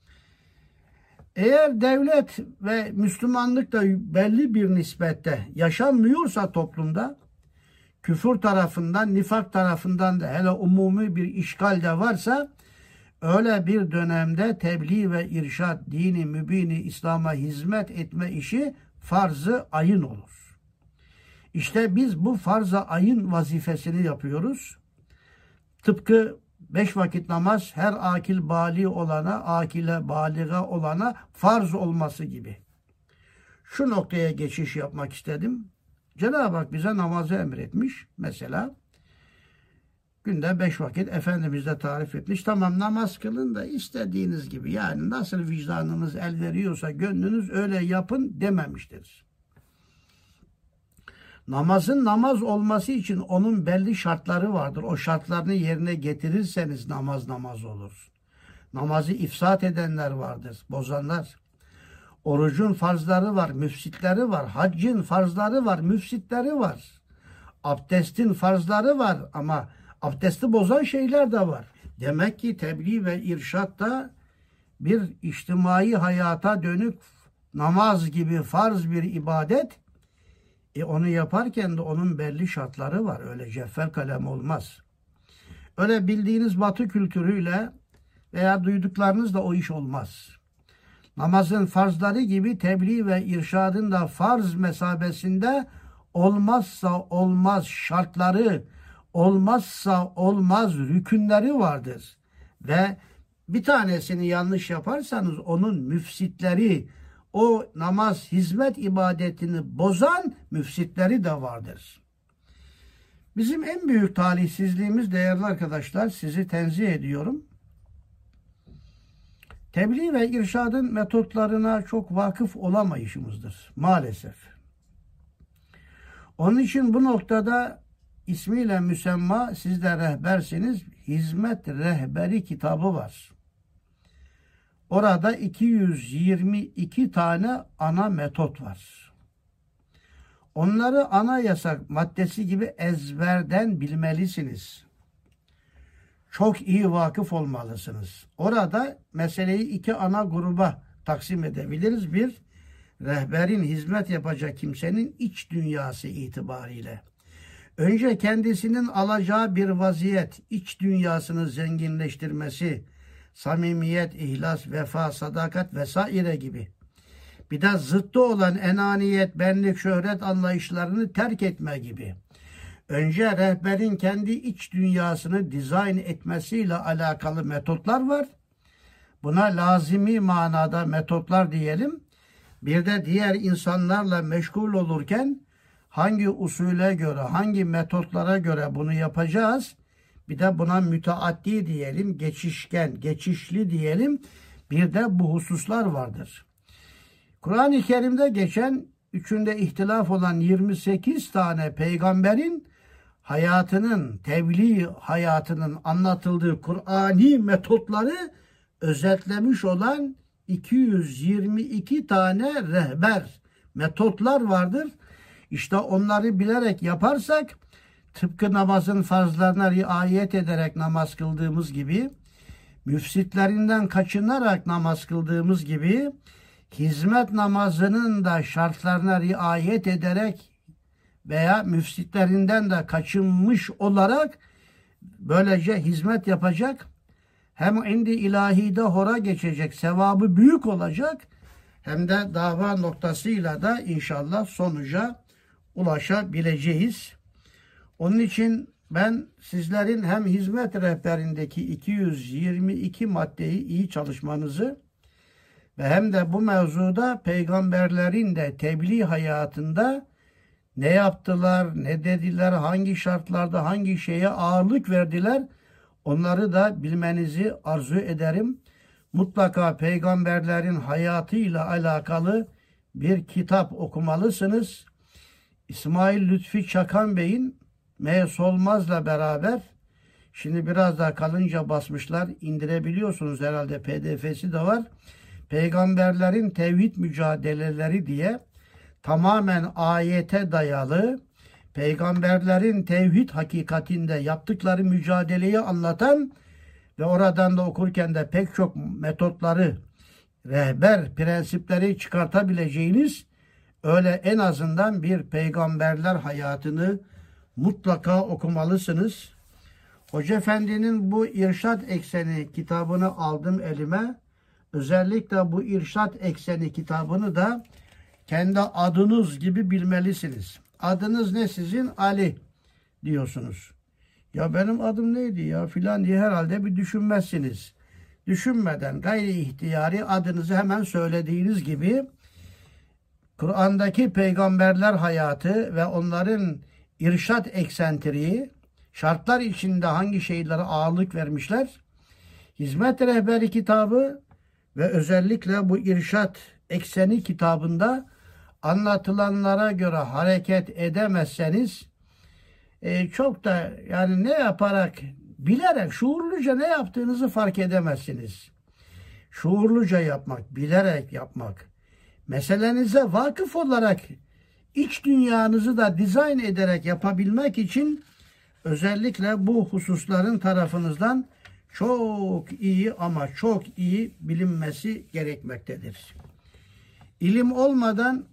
Eğer devlet ve Müslümanlık da belli bir nispette yaşanmıyorsa toplumda, küfür tarafından, nifak tarafından da hele umumi bir işgal de varsa, öyle bir dönemde tebliğ ve irşad, dini mübini İslam'a hizmet etme işi farz-ı ayın olur. İşte biz bu farz-ı ayın vazifesini yapıyoruz. Tıpkı 5 vakit namaz her akil bali olana, akile baliga olana farz olması gibi. Şu noktaya geçiş yapmak istedim. Cenab-ı Hak bize namazı emretmiş. Mesela günde 5 vakit Efendimiz de tarif etmiş. Tamam, namaz kılın da istediğiniz gibi, yani nasıl vicdanınız el veriyorsa gönlünüz öyle yapın dememiştir. Namazın namaz olması için onun belli şartları vardır. O şartlarını yerine getirirseniz namaz olur. Namazı ifsat edenler vardır, bozanlar. Orucun farzları var, müfsitleri var. Haccın farzları var, müfsitleri var. Abdestin farzları var ama abdesti bozan şeyler de var. Demek ki tebliğ ve irşad da bir içtimai hayata dönük namaz gibi farz bir ibadet. Onu yaparken de onun belli şartları var. Öyle ceffel kalem olmaz. Öyle bildiğiniz Batı kültürüyle veya duyduklarınızla o iş olmaz. Namazın farzları gibi tebliğ ve irşadın da farz mesabesinde olmazsa olmaz şartları, olmazsa olmaz rükünleri vardır. Ve bir tanesini yanlış yaparsanız onun müfsitleri, o namaz hizmet ibadetini bozan müfsitleri de vardır. Bizim en büyük talihsizliğimiz değerli arkadaşlar, sizi tenzih ediyorum. Tebliğ ve irşadın metotlarına çok vakıf olamayışımızdır maalesef. Onun için bu noktada ismiyle müsemma, siz de rehbersiniz, Hizmet Rehberi kitabı var. Orada 222 tane ana metot var. Onları anayasa maddesi gibi ezberden bilmelisiniz. Çok iyi vakıf olmalısınız. Orada meseleyi 2 ana gruba taksim edebiliriz. Bir, rehberin hizmet yapacak kimsenin iç dünyası itibariyle. Önce kendisinin alacağı bir vaziyet, iç dünyasını zenginleştirmesi, samimiyet, ihlas, vefa, sadakat vesaire gibi. Bir de zıttı olan enaniyet, benlik, şöhret anlayışlarını terk etme gibi. Önce rehberin kendi iç dünyasını dizayn etmesiyle alakalı metotlar var. Buna lazimi manada metotlar diyelim. Bir de diğer insanlarla meşgul olurken hangi usule göre, hangi metotlara göre bunu yapacağız? Bir de buna müteaddi diyelim, geçişken, geçişli diyelim. Bir de bu hususlar vardır. Kur'an-ı Kerim'de geçen, üçünde ihtilaf olan 28 tane peygamberin hayatının, tebliğ hayatının anlatıldığı Kur'ani metotları özetlemiş olan 222 tane rehber, metotlar vardır. İşte onları bilerek yaparsak, tıpkı namazın farzlarına riayet ederek namaz kıldığımız gibi, müfsitlerinden kaçınarak namaz kıldığımız gibi, hizmet namazının da şartlarına riayet ederek veya müfsitlerinden de kaçınmış olarak böylece hizmet yapacak, hem indi ilahide hora geçecek, sevabı büyük olacak, hem de dava noktasıyla da inşallah sonuca ulaşabileceğiz. Onun için ben sizlerin hem hizmet rehberindeki 222 maddeyi iyi çalışmanızı ve hem de bu mevzuda peygamberlerin de tebliğ hayatında ne yaptılar, ne dediler, hangi şartlarda hangi şeye ağırlık verdiler, onları da bilmenizi arzu ederim. Mutlaka peygamberlerin hayatıyla alakalı bir kitap okumalısınız. İsmail Lütfi Çakan Bey'in M. Solmaz'la beraber, şimdi biraz daha kalınca basmışlar, indirebiliyorsunuz herhalde, PDF'si de var. Peygamberlerin tevhid mücadeleleri diye tamamen ayete dayalı, peygamberlerin tevhid hakikatinde yaptıkları mücadeleyi anlatan ve oradan da okurken de pek çok metotları, rehber prensipleri çıkartabileceğiniz, öyle en azından bir peygamberler hayatını mutlaka okumalısınız. Hoca Efendi'nin bu İrşad Ekseni kitabını aldım elime. Özellikle bu İrşad Ekseni kitabını da kendi adınız gibi bilmelisiniz. Adınız ne sizin? Ali diyorsunuz. Ya benim adım neydi ya filan diye herhalde bir düşünmezsiniz. Düşünmeden gayri ihtiyari adınızı hemen söylediğiniz gibi Kur'an'daki peygamberler hayatı ve onların irşad eksentriği, şartlar içinde hangi şeylere ağırlık vermişler, hizmet rehberi kitabı ve özellikle bu irşad ekseni kitabında anlatılanlara göre hareket edemezseniz çok da yani ne yaparak, bilerek, şuurluca ne yaptığınızı fark edemezsiniz. Şuurluca yapmak, bilerek yapmak, meselenize vakıf olarak iç dünyanızı da dizayn ederek yapabilmek için özellikle bu hususların tarafınızdan çok iyi ama çok iyi bilinmesi gerekmektedir. İlim olmadan,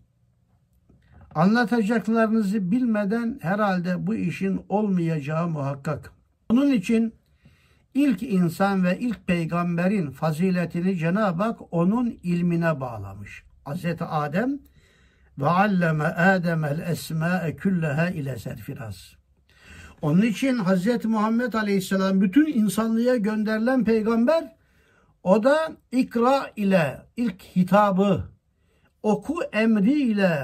anlatacaklarınızı bilmeden herhalde bu işin olmayacağı muhakkak. Onun için ilk insan ve ilk peygamberin faziletini Cenab-ı Hak onun ilmine bağlamış. Hazreti Adem ve alleme Adem'el esma'e külleha ile serfiraz. Onun için Hazreti Muhammed Aleyhisselam bütün insanlığa gönderilen peygamber, o da ikra ile ilk hitabı, oku emri ile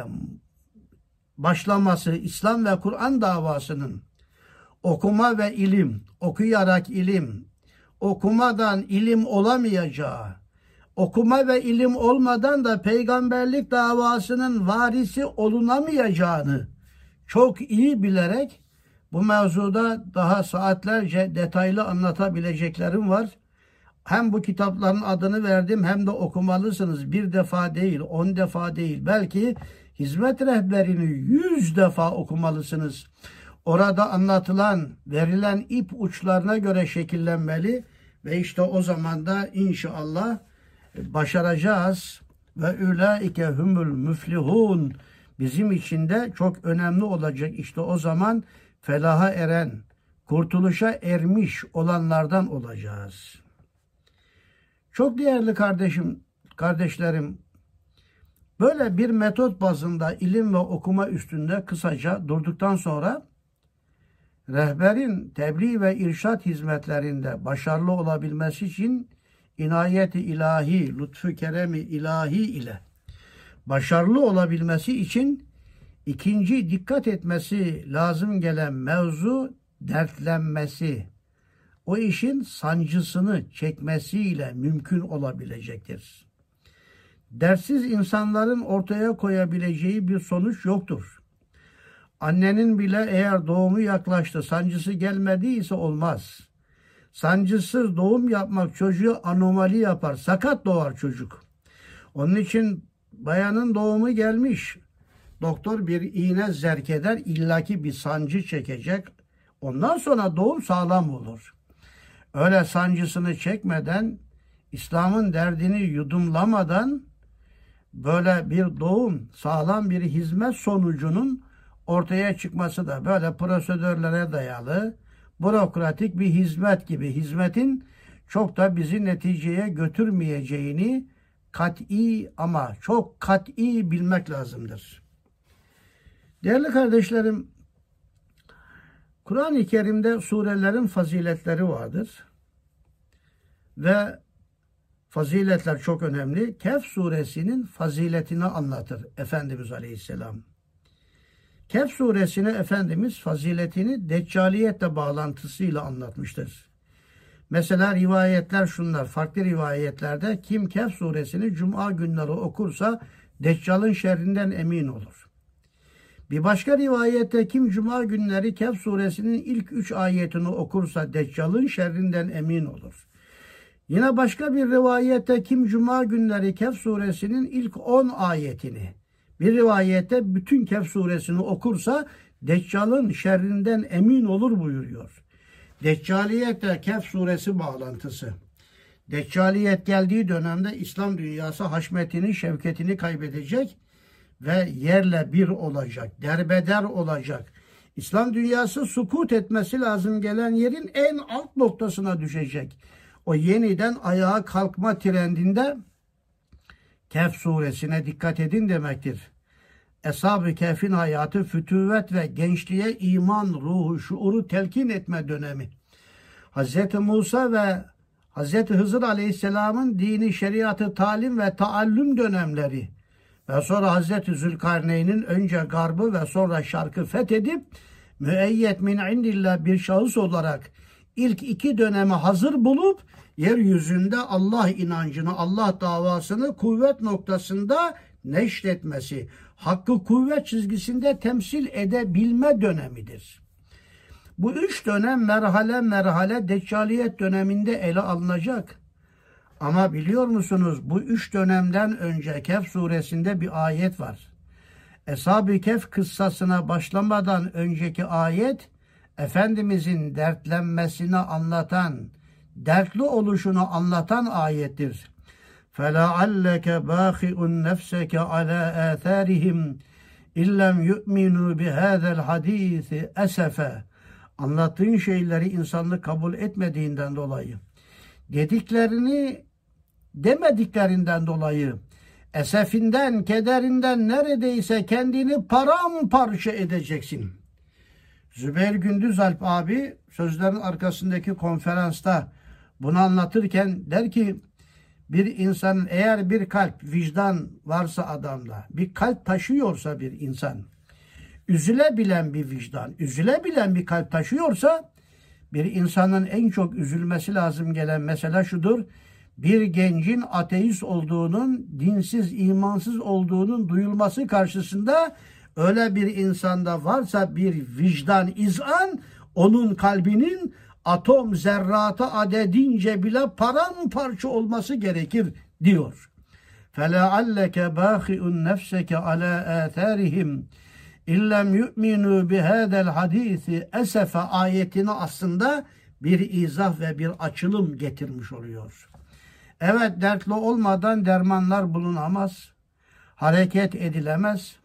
başlaması, İslam ve Kur'an davasının okuma ve ilim, okuyarak ilim, okumadan ilim olamayacağı, okuma ve ilim olmadan da peygamberlik davasının varisi olunamayacağını çok iyi bilerek bu mevzuda daha saatlerce detaylı anlatabileceklerim var. Hem bu kitapların adını verdim hem de okumalısınız. Bir defa değil, 10 defa değil. Belki hizmet rehberini 100 defa okumalısınız. Orada anlatılan, verilen ip uçlarına göre şekillenmeli ve işte o zaman da inşallah başaracağız. Ve ulaike humul müflihun. Bizim için de çok önemli olacak. İşte o zaman felaha eren, kurtuluşa ermiş olanlardan olacağız. Çok değerli kardeşlerim, böyle bir metot bazında ilim ve okuma üstünde kısaca durduktan sonra rehberin tebliğ ve irşad hizmetlerinde başarılı olabilmesi için inayeti ilahi, lütfu keremi ilahi ile başarılı olabilmesi için ikinci dikkat etmesi lazım gelen mevzu dertlenmesi. O işin sancısını çekmesiyle mümkün olabilecektir. Dertsiz insanların ortaya koyabileceği bir sonuç yoktur. Annenin bile eğer doğumu yaklaştı, sancısı gelmediyse olmaz. Sancısız doğum yapmak çocuğu anomali yapar. Sakat doğar çocuk. Onun için bayanın doğumu gelmiş. Doktor bir iğne zerk eder, illaki bir sancı çekecek. Ondan sonra doğum sağlam olur. Öyle sancısını çekmeden, İslam'ın derdini yudumlamadan böyle bir doğum, sağlam bir hizmet sonucunun ortaya çıkması da böyle prosedürlere dayalı, bürokratik bir hizmet gibi hizmetin çok da bizi neticeye götürmeyeceğini kat'i ama çok kat'i bilmek lazımdır. Değerli kardeşlerim, Kur'an-ı Kerim'de surelerin faziletleri vardır. Ve faziletler çok önemli. Kehf suresinin faziletini anlatır Efendimiz Aleyhisselam. Kehf suresine Efendimiz faziletini deccaliyetle bağlantısıyla anlatmıştır. Mesela rivayetler şunlar. Farklı rivayetlerde kim Kehf suresini cuma günleri okursa Deccal'ın şerrinden emin olur. Bir başka rivayette kim cuma günleri Kehf suresinin ilk 3 ayetini okursa Deccal'ın şerrinden emin olur. Yine başka bir rivayette kim cuma günleri Kehf suresinin ilk 10 ayetini, bir rivayette bütün Kehf suresini okursa Deccal'ın şerrinden emin olur buyuruyor. Deccaliyetle Kehf suresi bağlantısı. Deccaliyet geldiği dönemde İslam dünyası haşmetini, şevketini kaybedecek ve yerle bir olacak, derbeder olacak. İslam dünyası sukut etmesi lazım gelen yerin en alt noktasına düşecek. O yeniden ayağa kalkma trendinde Kehf suresine dikkat edin demektir. Eshab-ı Kehf'in hayatı fütüvvet ve gençliğe iman ruhu, şuuru telkin etme dönemi. Hz. Musa ve Hz. Hızır Aleyhisselam'ın dini, şeriatı, talim ve taallüm dönemleri ve sonra Hz. Zülkarneyn'in önce garbı ve sonra şarkı fethedip müeyyet min indillah bir şahıs olarak ilk 2 dönemi hazır bulup yeryüzünde Allah inancını, Allah davasını kuvvet noktasında neşretmesi, hakkı kuvvet çizgisinde temsil edebilme dönemidir. Bu 3 dönem merhale merhale Deccaliyet döneminde ele alınacak. Ama biliyor musunuz bu 3 dönemden önce Kehf suresinde bir ayet var. Eshab-ı Kehf kıssasına başlamadan önceki ayet Efendimizin dertlenmesini anlatan, dertli oluşunu anlatan ayettir. فَلَعَلَّكَ بَاخِئُ نَفْسَكَ عَلَى آثَارِهِمْ اِلَّمْ يُؤْمِنُوا بِهَذَا الْحَد۪يثِ أَسَفًا. Anlattığın şeyleri insanlık kabul etmediğinden dolayı, dediklerini demediklerinden dolayı, esefinden, kederinden neredeyse kendini paramparça edeceksin. Zübeyir Gündüzalp abi sözlerin arkasındaki konferansta bunu anlatırken der ki bir insanın eğer bir kalp, vicdan varsa adamda, bir kalp taşıyorsa bir insan, üzülebilen bir vicdan, üzülebilen bir kalp taşıyorsa bir insanın en çok üzülmesi lazım gelen mesele şudur. Bir gencin ateist olduğunun, dinsiz, imansız olduğunun duyulması karşısında öyle bir insanda varsa bir vicdan, izan, onun kalbinin atom zerratı adedince bile paramparça olması gerekir diyor. فَلَعَلَّكَ بَاخِئُ نَفْسَكَ عَلَى آثَارِهِمْ İllem yu'minu bihâzel hadîsi esefe ayetini aslında bir izah ve bir açılım getirmiş oluyor. Evet, dertli olmadan dermanlar bulunamaz, hareket edilemez.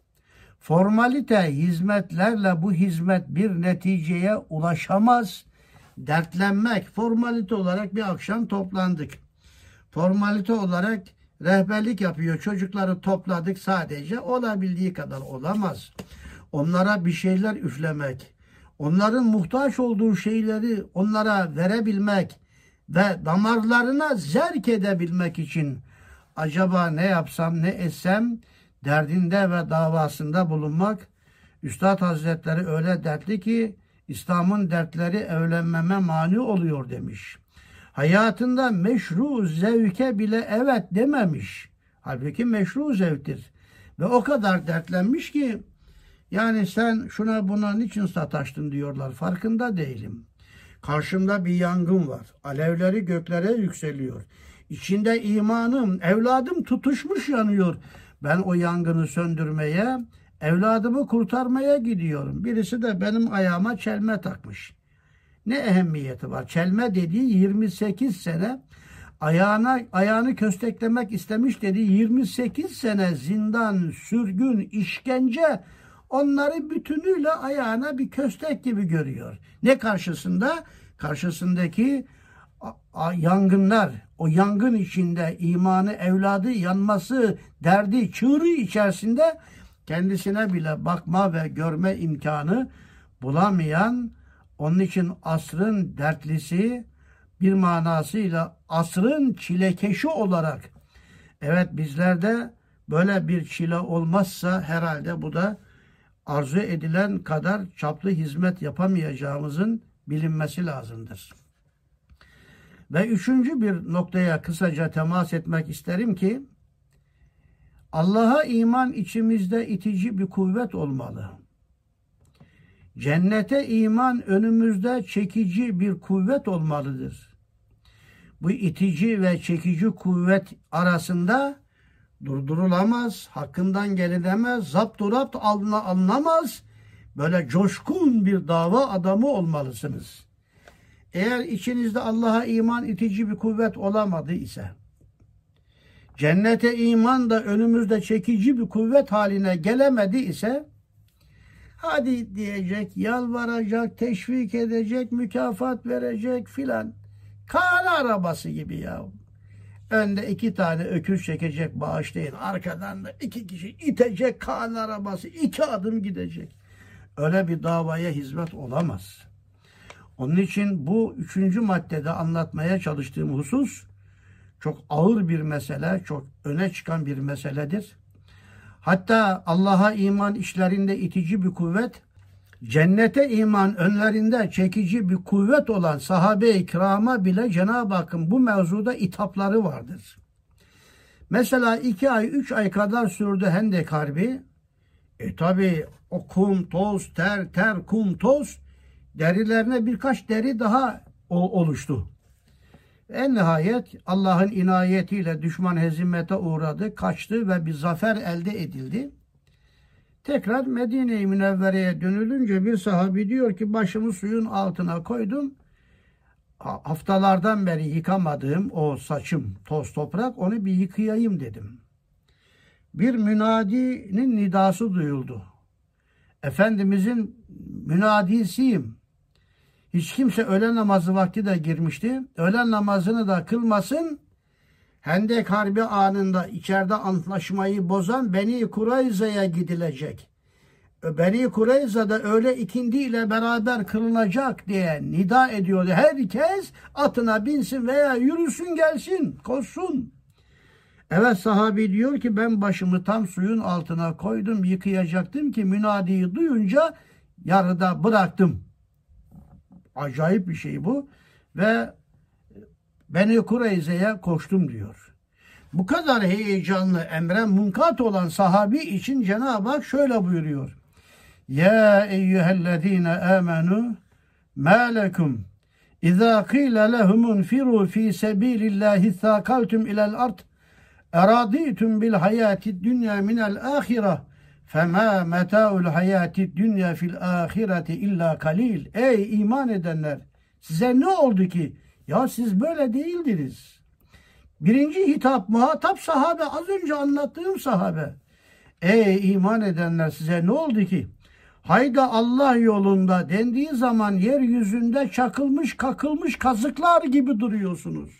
Formalite hizmetlerle bu hizmet bir neticeye ulaşamaz. Dertlenmek, formalite olarak bir akşam toplandık. Formalite olarak rehberlik yapıyor. Çocukları topladık sadece. Olabildiği kadar olamaz. Onlara bir şeyler üflemek, onların muhtaç olduğu şeyleri onlara verebilmek ve damarlarına zerk edebilmek için acaba ne yapsam, ne etsem derdinde ve davasında bulunmak. Üstad Hazretleri öyle dertli ki İslam'ın dertleri evlenmeme mani oluyor demiş. Hayatında meşru zevke bile evet dememiş. Halbuki meşru zevktir. Ve o kadar dertlenmiş ki Yani sen şuna buna niçin sataştın diyorlar. Farkında değilim. Karşımda bir yangın var. Alevleri göklere yükseliyor. İçinde imanım, evladım tutuşmuş yanıyor. Ben o yangını söndürmeye, evladımı kurtarmaya gidiyorum. Birisi de benim ayağıma çelme takmış. Ne ehemmiyeti var? Çelme dediği 28 sene ayağını kösteklemek istemiş dediği 28 sene zindan, sürgün, işkence, onları bütünüyle ayağına bir köstek gibi görüyor. Ne karşısında? Karşısındaki yangınlar, o yangın içinde imanı, evladı yanması, derdi, çığırı içerisinde kendisine bile bakma ve görme imkanı bulamayan, onun için asrın dertlisi, bir manasıyla asrın çilekeşi olarak, evet bizlerde böyle bir çile olmazsa herhalde bu da arzu edilen kadar çaplı hizmet yapamayacağımızın bilinmesi lazımdır. Ve üçüncü bir noktaya kısaca temas etmek isterim ki, Allah'a iman içimizde itici bir kuvvet olmalı. Cennete iman önümüzde çekici bir kuvvet olmalıdır. Bu itici ve çekici kuvvet arasında durdurulamaz, hakkından gelinemez, zapturapt alınamaz, böyle coşkun bir dava adamı olmalısınız. Eğer içinizde Allah'a iman itici bir kuvvet olamadı ise, cennete iman da önümüzde çekici bir kuvvet haline gelemedi ise, hadi diyecek, yalvaracak, teşvik edecek, mükafat verecek filan. Kâne arabası gibi ya. Önde 2 tane öküz çekecek, bağışlayın. Arkadan da 2 kişi itecek, kâne arabası 2 adım gidecek. Öyle bir davaya hizmet olamaz. Onun için bu 3. maddede anlatmaya çalıştığım husus çok ağır bir mesele, çok öne çıkan bir meseledir. Hatta Allah'a iman işlerinde itici bir kuvvet, cennete iman önlerinde çekici bir kuvvet olan sahabe-i kirama bile Cenab-ı Hakk'ın bu mevzuda itapları vardır. Mesela 2 ay, 3 ay kadar sürdü Hendek Harbi. Tabi o kum, toz, ter, kum, toz, derilerine birkaç deri daha oluştu. En nihayet Allah'ın inayetiyle düşman hezimete uğradı, kaçtı ve bir zafer elde edildi. Tekrar Medine-i Münevvere'ye dönülünce bir sahabi diyor ki, başımı suyun altına koydum. Haftalardan beri yıkamadığım o saçım, toz toprak, onu bir yıkayayım dedim. Bir münadinin nidası duyuldu. Efendimizin münadisiyim. Hiç kimse öğlen namazı vakti de girmişti. Öğlen namazını da kılmasın. Hendek Harbi anında içeride antlaşmayı bozan Beni Kurayza'ya gidilecek. Beni Kurayza'da öğle ikindi ile beraber kılınacak diye nida ediyordu. Herkes atına binsin veya yürüsün gelsin, koşsun. Evet, sahabi diyor ki, ben başımı tam suyun altına koydum, yıkayacaktım ki münadiyi duyunca yarıda bıraktım. Acayip bir şey bu. Ve Beni Kureyze'ye koştum diyor. Bu kadar heyecanlı, emre munkat olan sahabi için Cenab-ı Hak şöyle buyuruyor. Ya eyyühellezine amenu ma lekum İzâ qîle lehumun firu fî sebîlillâhi thâkaltum ilel ard eradîtum bil hayâtid dünya minel âhireh femâ metâul hayâtid dünya fil âhireti illa kalil. Ey iman edenler! Size ne oldu ki? Ya siz böyle değildiniz. Birinci hitap, muhatap sahabe, az önce anlattığım sahabe. Ey iman edenler, size ne oldu ki? Hayda Allah yolunda dendiği zaman yeryüzünde çakılmış kakılmış kazıklar gibi duruyorsunuz.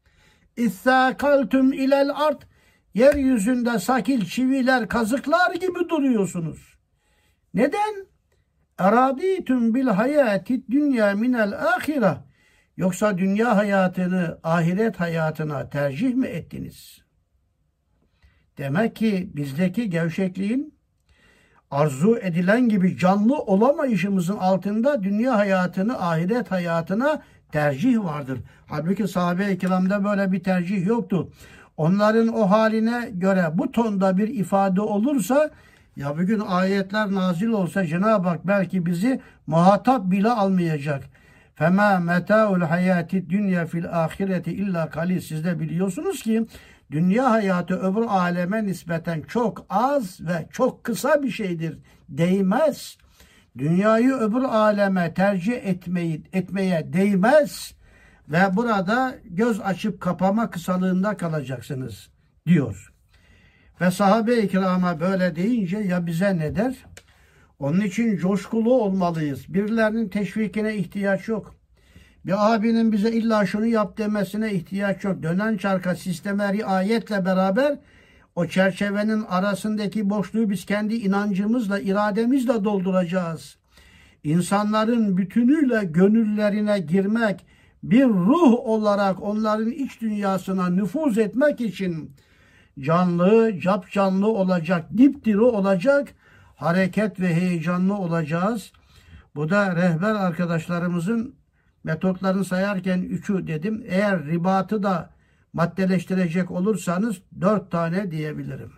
İstâkaltum ilel ard, yeryüzünde sakil çiviler, kazıklar gibi duruyorsunuz. Neden? Eradîtüm bil hayâtid dünya minel âhireh. Yoksa dünya hayatını ahiret hayatına tercih mi ettiniz? Demek ki bizdeki gevşekliğin, arzu edilen gibi canlı olamayışımızın altında dünya hayatını ahiret hayatına tercih vardır. Halbuki sahabe-i kiramda böyle bir tercih yoktu. Onların o haline göre bu tonda bir ifade olursa Ya bugün ayetler nazil olsa Cenab-ı Hak belki bizi muhatap bile almayacak. Fema meta'ul hayati dünya fil ahireti illa kalil. Siz de biliyorsunuz ki dünya hayatı öbür aleme nispeten çok az ve çok kısa bir şeydir. Değmez. Dünyayı öbür aleme tercih etmeye değmez ve burada göz açıp kapama kısalığında kalacaksınız diyor. Ve sahabe-i kirama böyle deyince ya bize ne der? Onun için coşkulu olmalıyız. Birilerinin teşvikine ihtiyaç yok. Bir abinin bize illa şunu yap demesine ihtiyaç yok. Dönen çarka sisteme riayetle beraber o çerçevenin arasındaki boşluğu biz kendi inancımızla, irademizle dolduracağız. İnsanların bütünüyle gönüllerine girmek, bir ruh olarak onların iç dünyasına nüfuz etmek için canlı, capcanlı olacak, dipdiri olacak, hareket ve heyecanlı olacağız. Bu da rehber arkadaşlarımızın metotlarını sayarken 3'ü dedim. Eğer ribatı da maddeleştirecek olursanız 4 tane diyebilirim.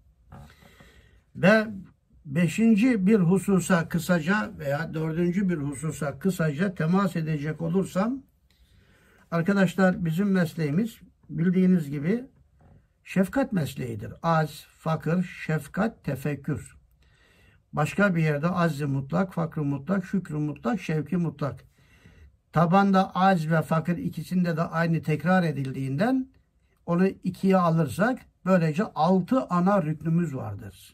Ve 5. bir hususa kısaca veya 4. bir hususa kısaca temas edecek olursam, arkadaşlar bizim mesleğimiz bildiğiniz gibi şefkat mesleğidir. Az, fakir, şefkat, tefekkür. Başka bir yerde azz-i mutlak, fakrı mutlak, şükrü mutlak, şevki mutlak. Tabanda az ve fakir ikisinde de aynı tekrar edildiğinden onu 2'ye alırsak böylece 6 ana rüknümüz vardır.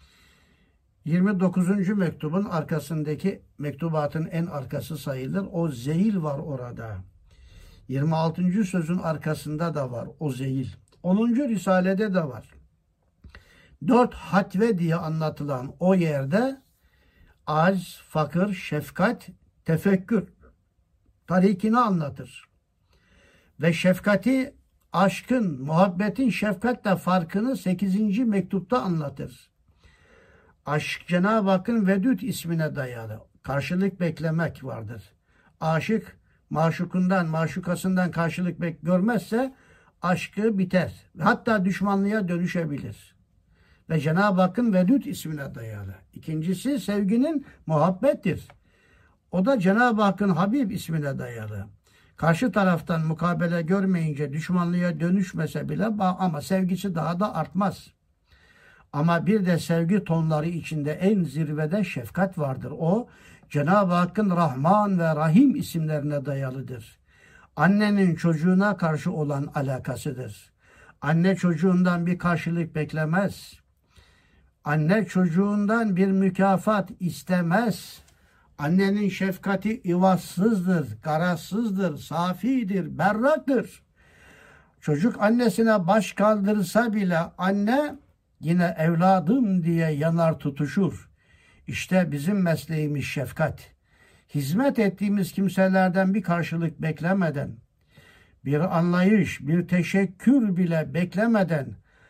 29. mektubun arkasındaki mektubatın en arkası sayılır. O zeyil var orada. 26. sözün arkasında da var o zeyil. 10. Risale'de de var. 4 hatve diye anlatılan o yerde az, fakir, şefkat, tefekkür tarikini anlatır. Ve şefkati, aşkın, muhabbetin şefkatle farkını 8. mektupta anlatır. Aşk Cenab-ı Hakk'ın Vedud ismine dayalı. Karşılık beklemek vardır. Aşık maşukundan, maşukasından karşılık görmezse aşkı biter. Hatta düşmanlığa dönüşebilir. Ve Cenab-ı Hakk'ın Vedud ismine dayalı. İkincisi sevginin muhabbettir. O da Cenab-ı Hakk'ın Habib ismine dayalı. Karşı taraftan mukabele görmeyince düşmanlığa dönüşmese bile ama sevgisi daha da artmaz. Ama bir de sevgi tonları içinde en zirvede şefkat vardır. O Cenab-ı Hakk'ın Rahman ve Rahim isimlerine dayalıdır. Annenin çocuğuna karşı olan alakasıdır. Anne çocuğundan bir karşılık beklemez. Anne çocuğundan bir mükafat istemez. Annenin şefkati ivazsızdır, garazsızdır, safidir, berraktır. Çocuk annesine baş kaldırsa bile anne yine evladım diye yanar tutuşur. İşte bizim mesleğimiz şefkat. Hizmet ettiğimiz kimselerden bir karşılık beklemeden, bir anlayış, bir teşekkür bile beklemeden,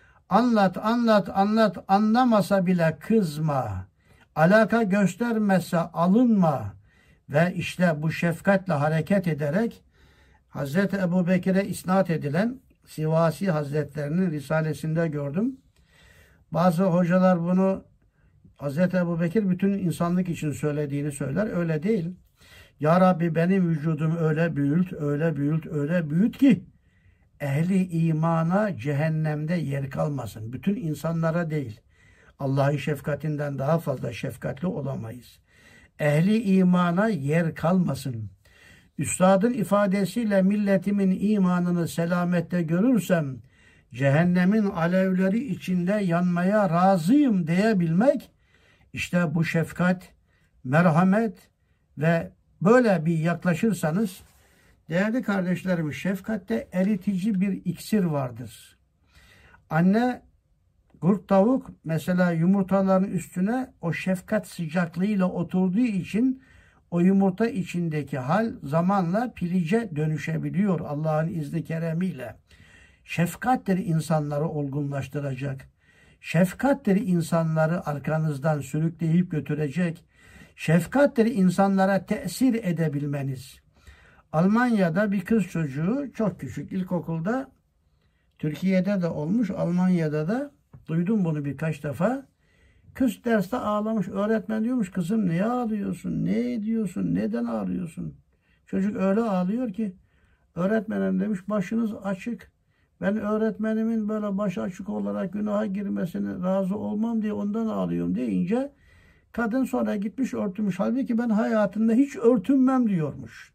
anlat, anlamasa bile kızma, alaka göstermezse alınma ve işte bu şefkatle hareket ederek Hz. Ebu Bekir'e isnat edilen Sivasi Hazretlerinin Risalesinde gördüm. Bazı hocalar bunu Hz. Ebu Bekir bütün insanlık için söylediğini söyler. Öyle değil. Ya Rabbi benim vücudumu öyle büyült, öyle büyült, öyle büyüt ki ehli imana cehennemde yer kalmasın. Bütün insanlara değil. Allah'ın şefkatinden daha fazla şefkatli olamayız. Ehli imana yer kalmasın. Üstadın ifadesiyle milletimin imanını selamette görürsem cehennemin alevleri içinde yanmaya razıyım diyebilmek, işte bu şefkat, merhamet ve böyle bir yaklaşırsanız, değerli kardeşlerim, şefkatte eritici bir iksir vardır. Anne kurt tavuk mesela yumurtaların üstüne o şefkat sıcaklığıyla oturduğu için o yumurta içindeki hal zamanla pilice dönüşebiliyor Allah'ın izni keremiyle. Şefkattir insanları olgunlaştıracak. Şefkattir insanları arkanızdan sürükleyip götürecek. Şefkattir insanlara tesir edebilmeniz. Almanya'da bir kız çocuğu çok küçük ilkokulda, Türkiye'de de olmuş, Almanya'da da duydum bunu birkaç defa. Kız derste ağlamış. Öğretmen diyormuş, kızım niye ağlıyorsun? Ne ediyorsun? Neden ağlıyorsun? Çocuk öyle ağlıyor ki öğretmenim demiş, başınız açık. Ben öğretmenimin böyle başı açık olarak günaha girmesine razı olmam diye ondan ağlıyorum deyince kadın sonra gitmiş örtünmüş. Halbuki ben hayatımda hiç örtünmem diyormuş.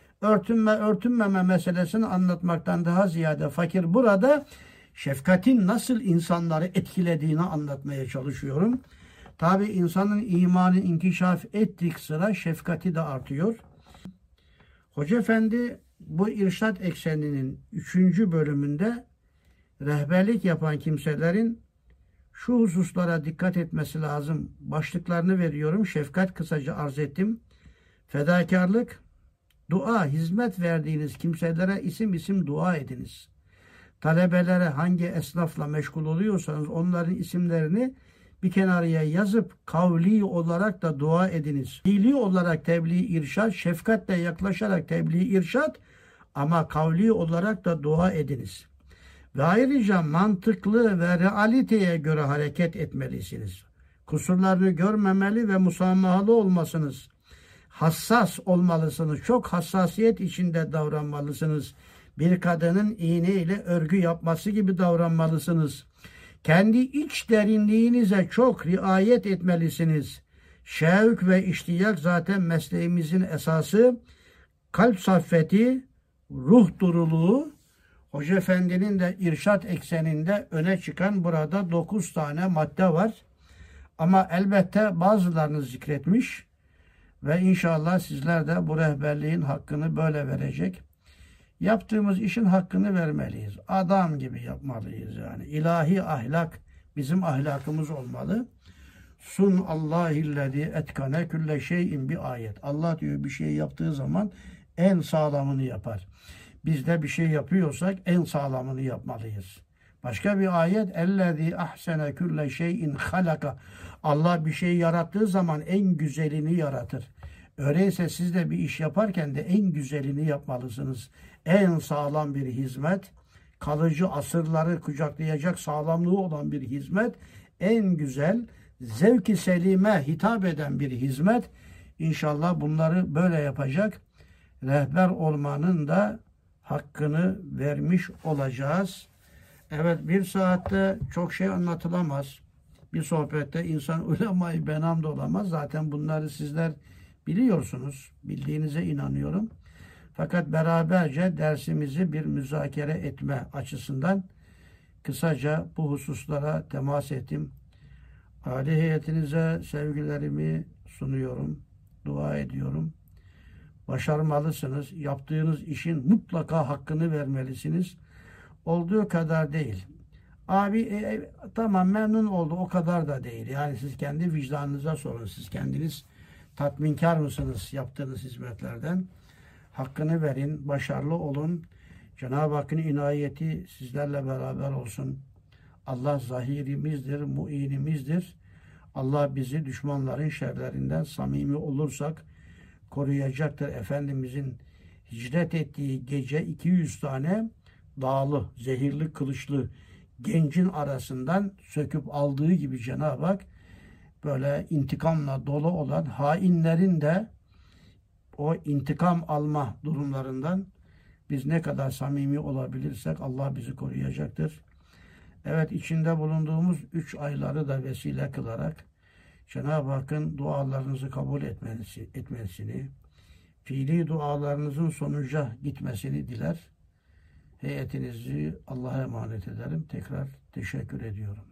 Örtünmeme meselesini anlatmaktan daha ziyade fakir burada şefkatin nasıl insanları etkilediğini anlatmaya çalışıyorum. Tabi insanın imanı inkişaf ettik sıra şefkati de artıyor. Hoca Efendi bu irşad ekseninin 3. bölümünde rehberlik yapan kimselerin şu hususlara dikkat etmesi lazım. Başlıklarını veriyorum. Şefkat kısaca arz ettim. Fedakarlık, dua, hizmet verdiğiniz kimselere isim isim dua ediniz. Talebelere hangi esnafla meşgul oluyorsanız onların isimlerini bir kenarıya yazıp kavli olarak da dua ediniz. Fiili olarak tebliğ irşad, şefkatle yaklaşarak tebliğ irşad ama kavli olarak da dua ediniz. Ve ayrıca mantıklı ve realiteye göre hareket etmelisiniz. Kusurlarını görmemeli ve musamahalı olmasınız. Hassas olmalısınız. Çok hassasiyet içinde davranmalısınız. Bir kadının iğne ile örgü yapması gibi davranmalısınız. Kendi iç derinliğinize çok riayet etmelisiniz. Şevk ve iştiyak zaten mesleğimizin esası. Kalp saffeti, ruh duruluğu, Hoca Efendi'nin de irşat ekseninde öne çıkan burada 9 tane madde var. Ama elbette bazılarını zikretmiş ve inşallah sizler de bu rehberliğin hakkını böyle verecek. Yaptığımız işin hakkını vermeliyiz. Adam gibi yapmalıyız yani. İlahi ahlak bizim ahlakımız olmalı. Sun Allahillezî etkane külle şeyin bir ayet. Allah diyor bir şey yaptığı zaman en sağlamını yapar. Biz de bir şey yapıyorsak en sağlamını yapmalıyız. Başka bir ayet ellezî ahsene külle şeyin halaka. Allah bir şey yarattığı zaman en güzelini yaratır. Öyleyse siz de bir iş yaparken de en güzelini yapmalısınız. En sağlam bir hizmet, kalıcı asırları kucaklayacak sağlamlığı olan bir hizmet, en güzel, zevk-i selime hitap eden bir hizmet. İnşallah bunları böyle yapacak. Rehber olmanın da hakkını vermiş olacağız. Evet, bir saatte çok şey anlatılamaz. Bir sohbette insan ulema-i benam da olamaz. Zaten bunları sizler biliyorsunuz. Bildiğinize inanıyorum. Fakat beraberce dersimizi bir müzakere etme açısından kısaca bu hususlara temas ettim. Âli heyetinize sevgilerimi sunuyorum. Dua ediyorum. Başarmalısınız. Yaptığınız işin mutlaka hakkını vermelisiniz. Olduğu kadar değil. Abi tamam memnun oldu, o kadar da değil. Yani siz kendi vicdanınıza sorun. Siz kendiniz tatminkar mısınız yaptığınız hizmetlerden? Hakkını verin, başarılı olun. Cenab-ı Hakk'ın inayeti sizlerle beraber olsun. Allah zahirimizdir, muinimizdir. Allah bizi düşmanların şerlerinden samimi olursak koruyacaktır. Efendimizin hicret ettiği gece 200 tane dağlı, zehirli, kılıçlı gencin arasından söküp aldığı gibi Cenab-ı Hak böyle intikamla dolu olan hainlerin de o intikam alma durumlarından biz ne kadar samimi olabilirsek Allah bizi koruyacaktır. Evet, içinde bulunduğumuz 3 ayları da vesile kılarak Cenab-ı Hakk'ın dualarınızı kabul etmesini, fiili dualarınızın sonuca gitmesini diler. Heyetinizi Allah'a emanet ederim. Tekrar teşekkür ediyorum.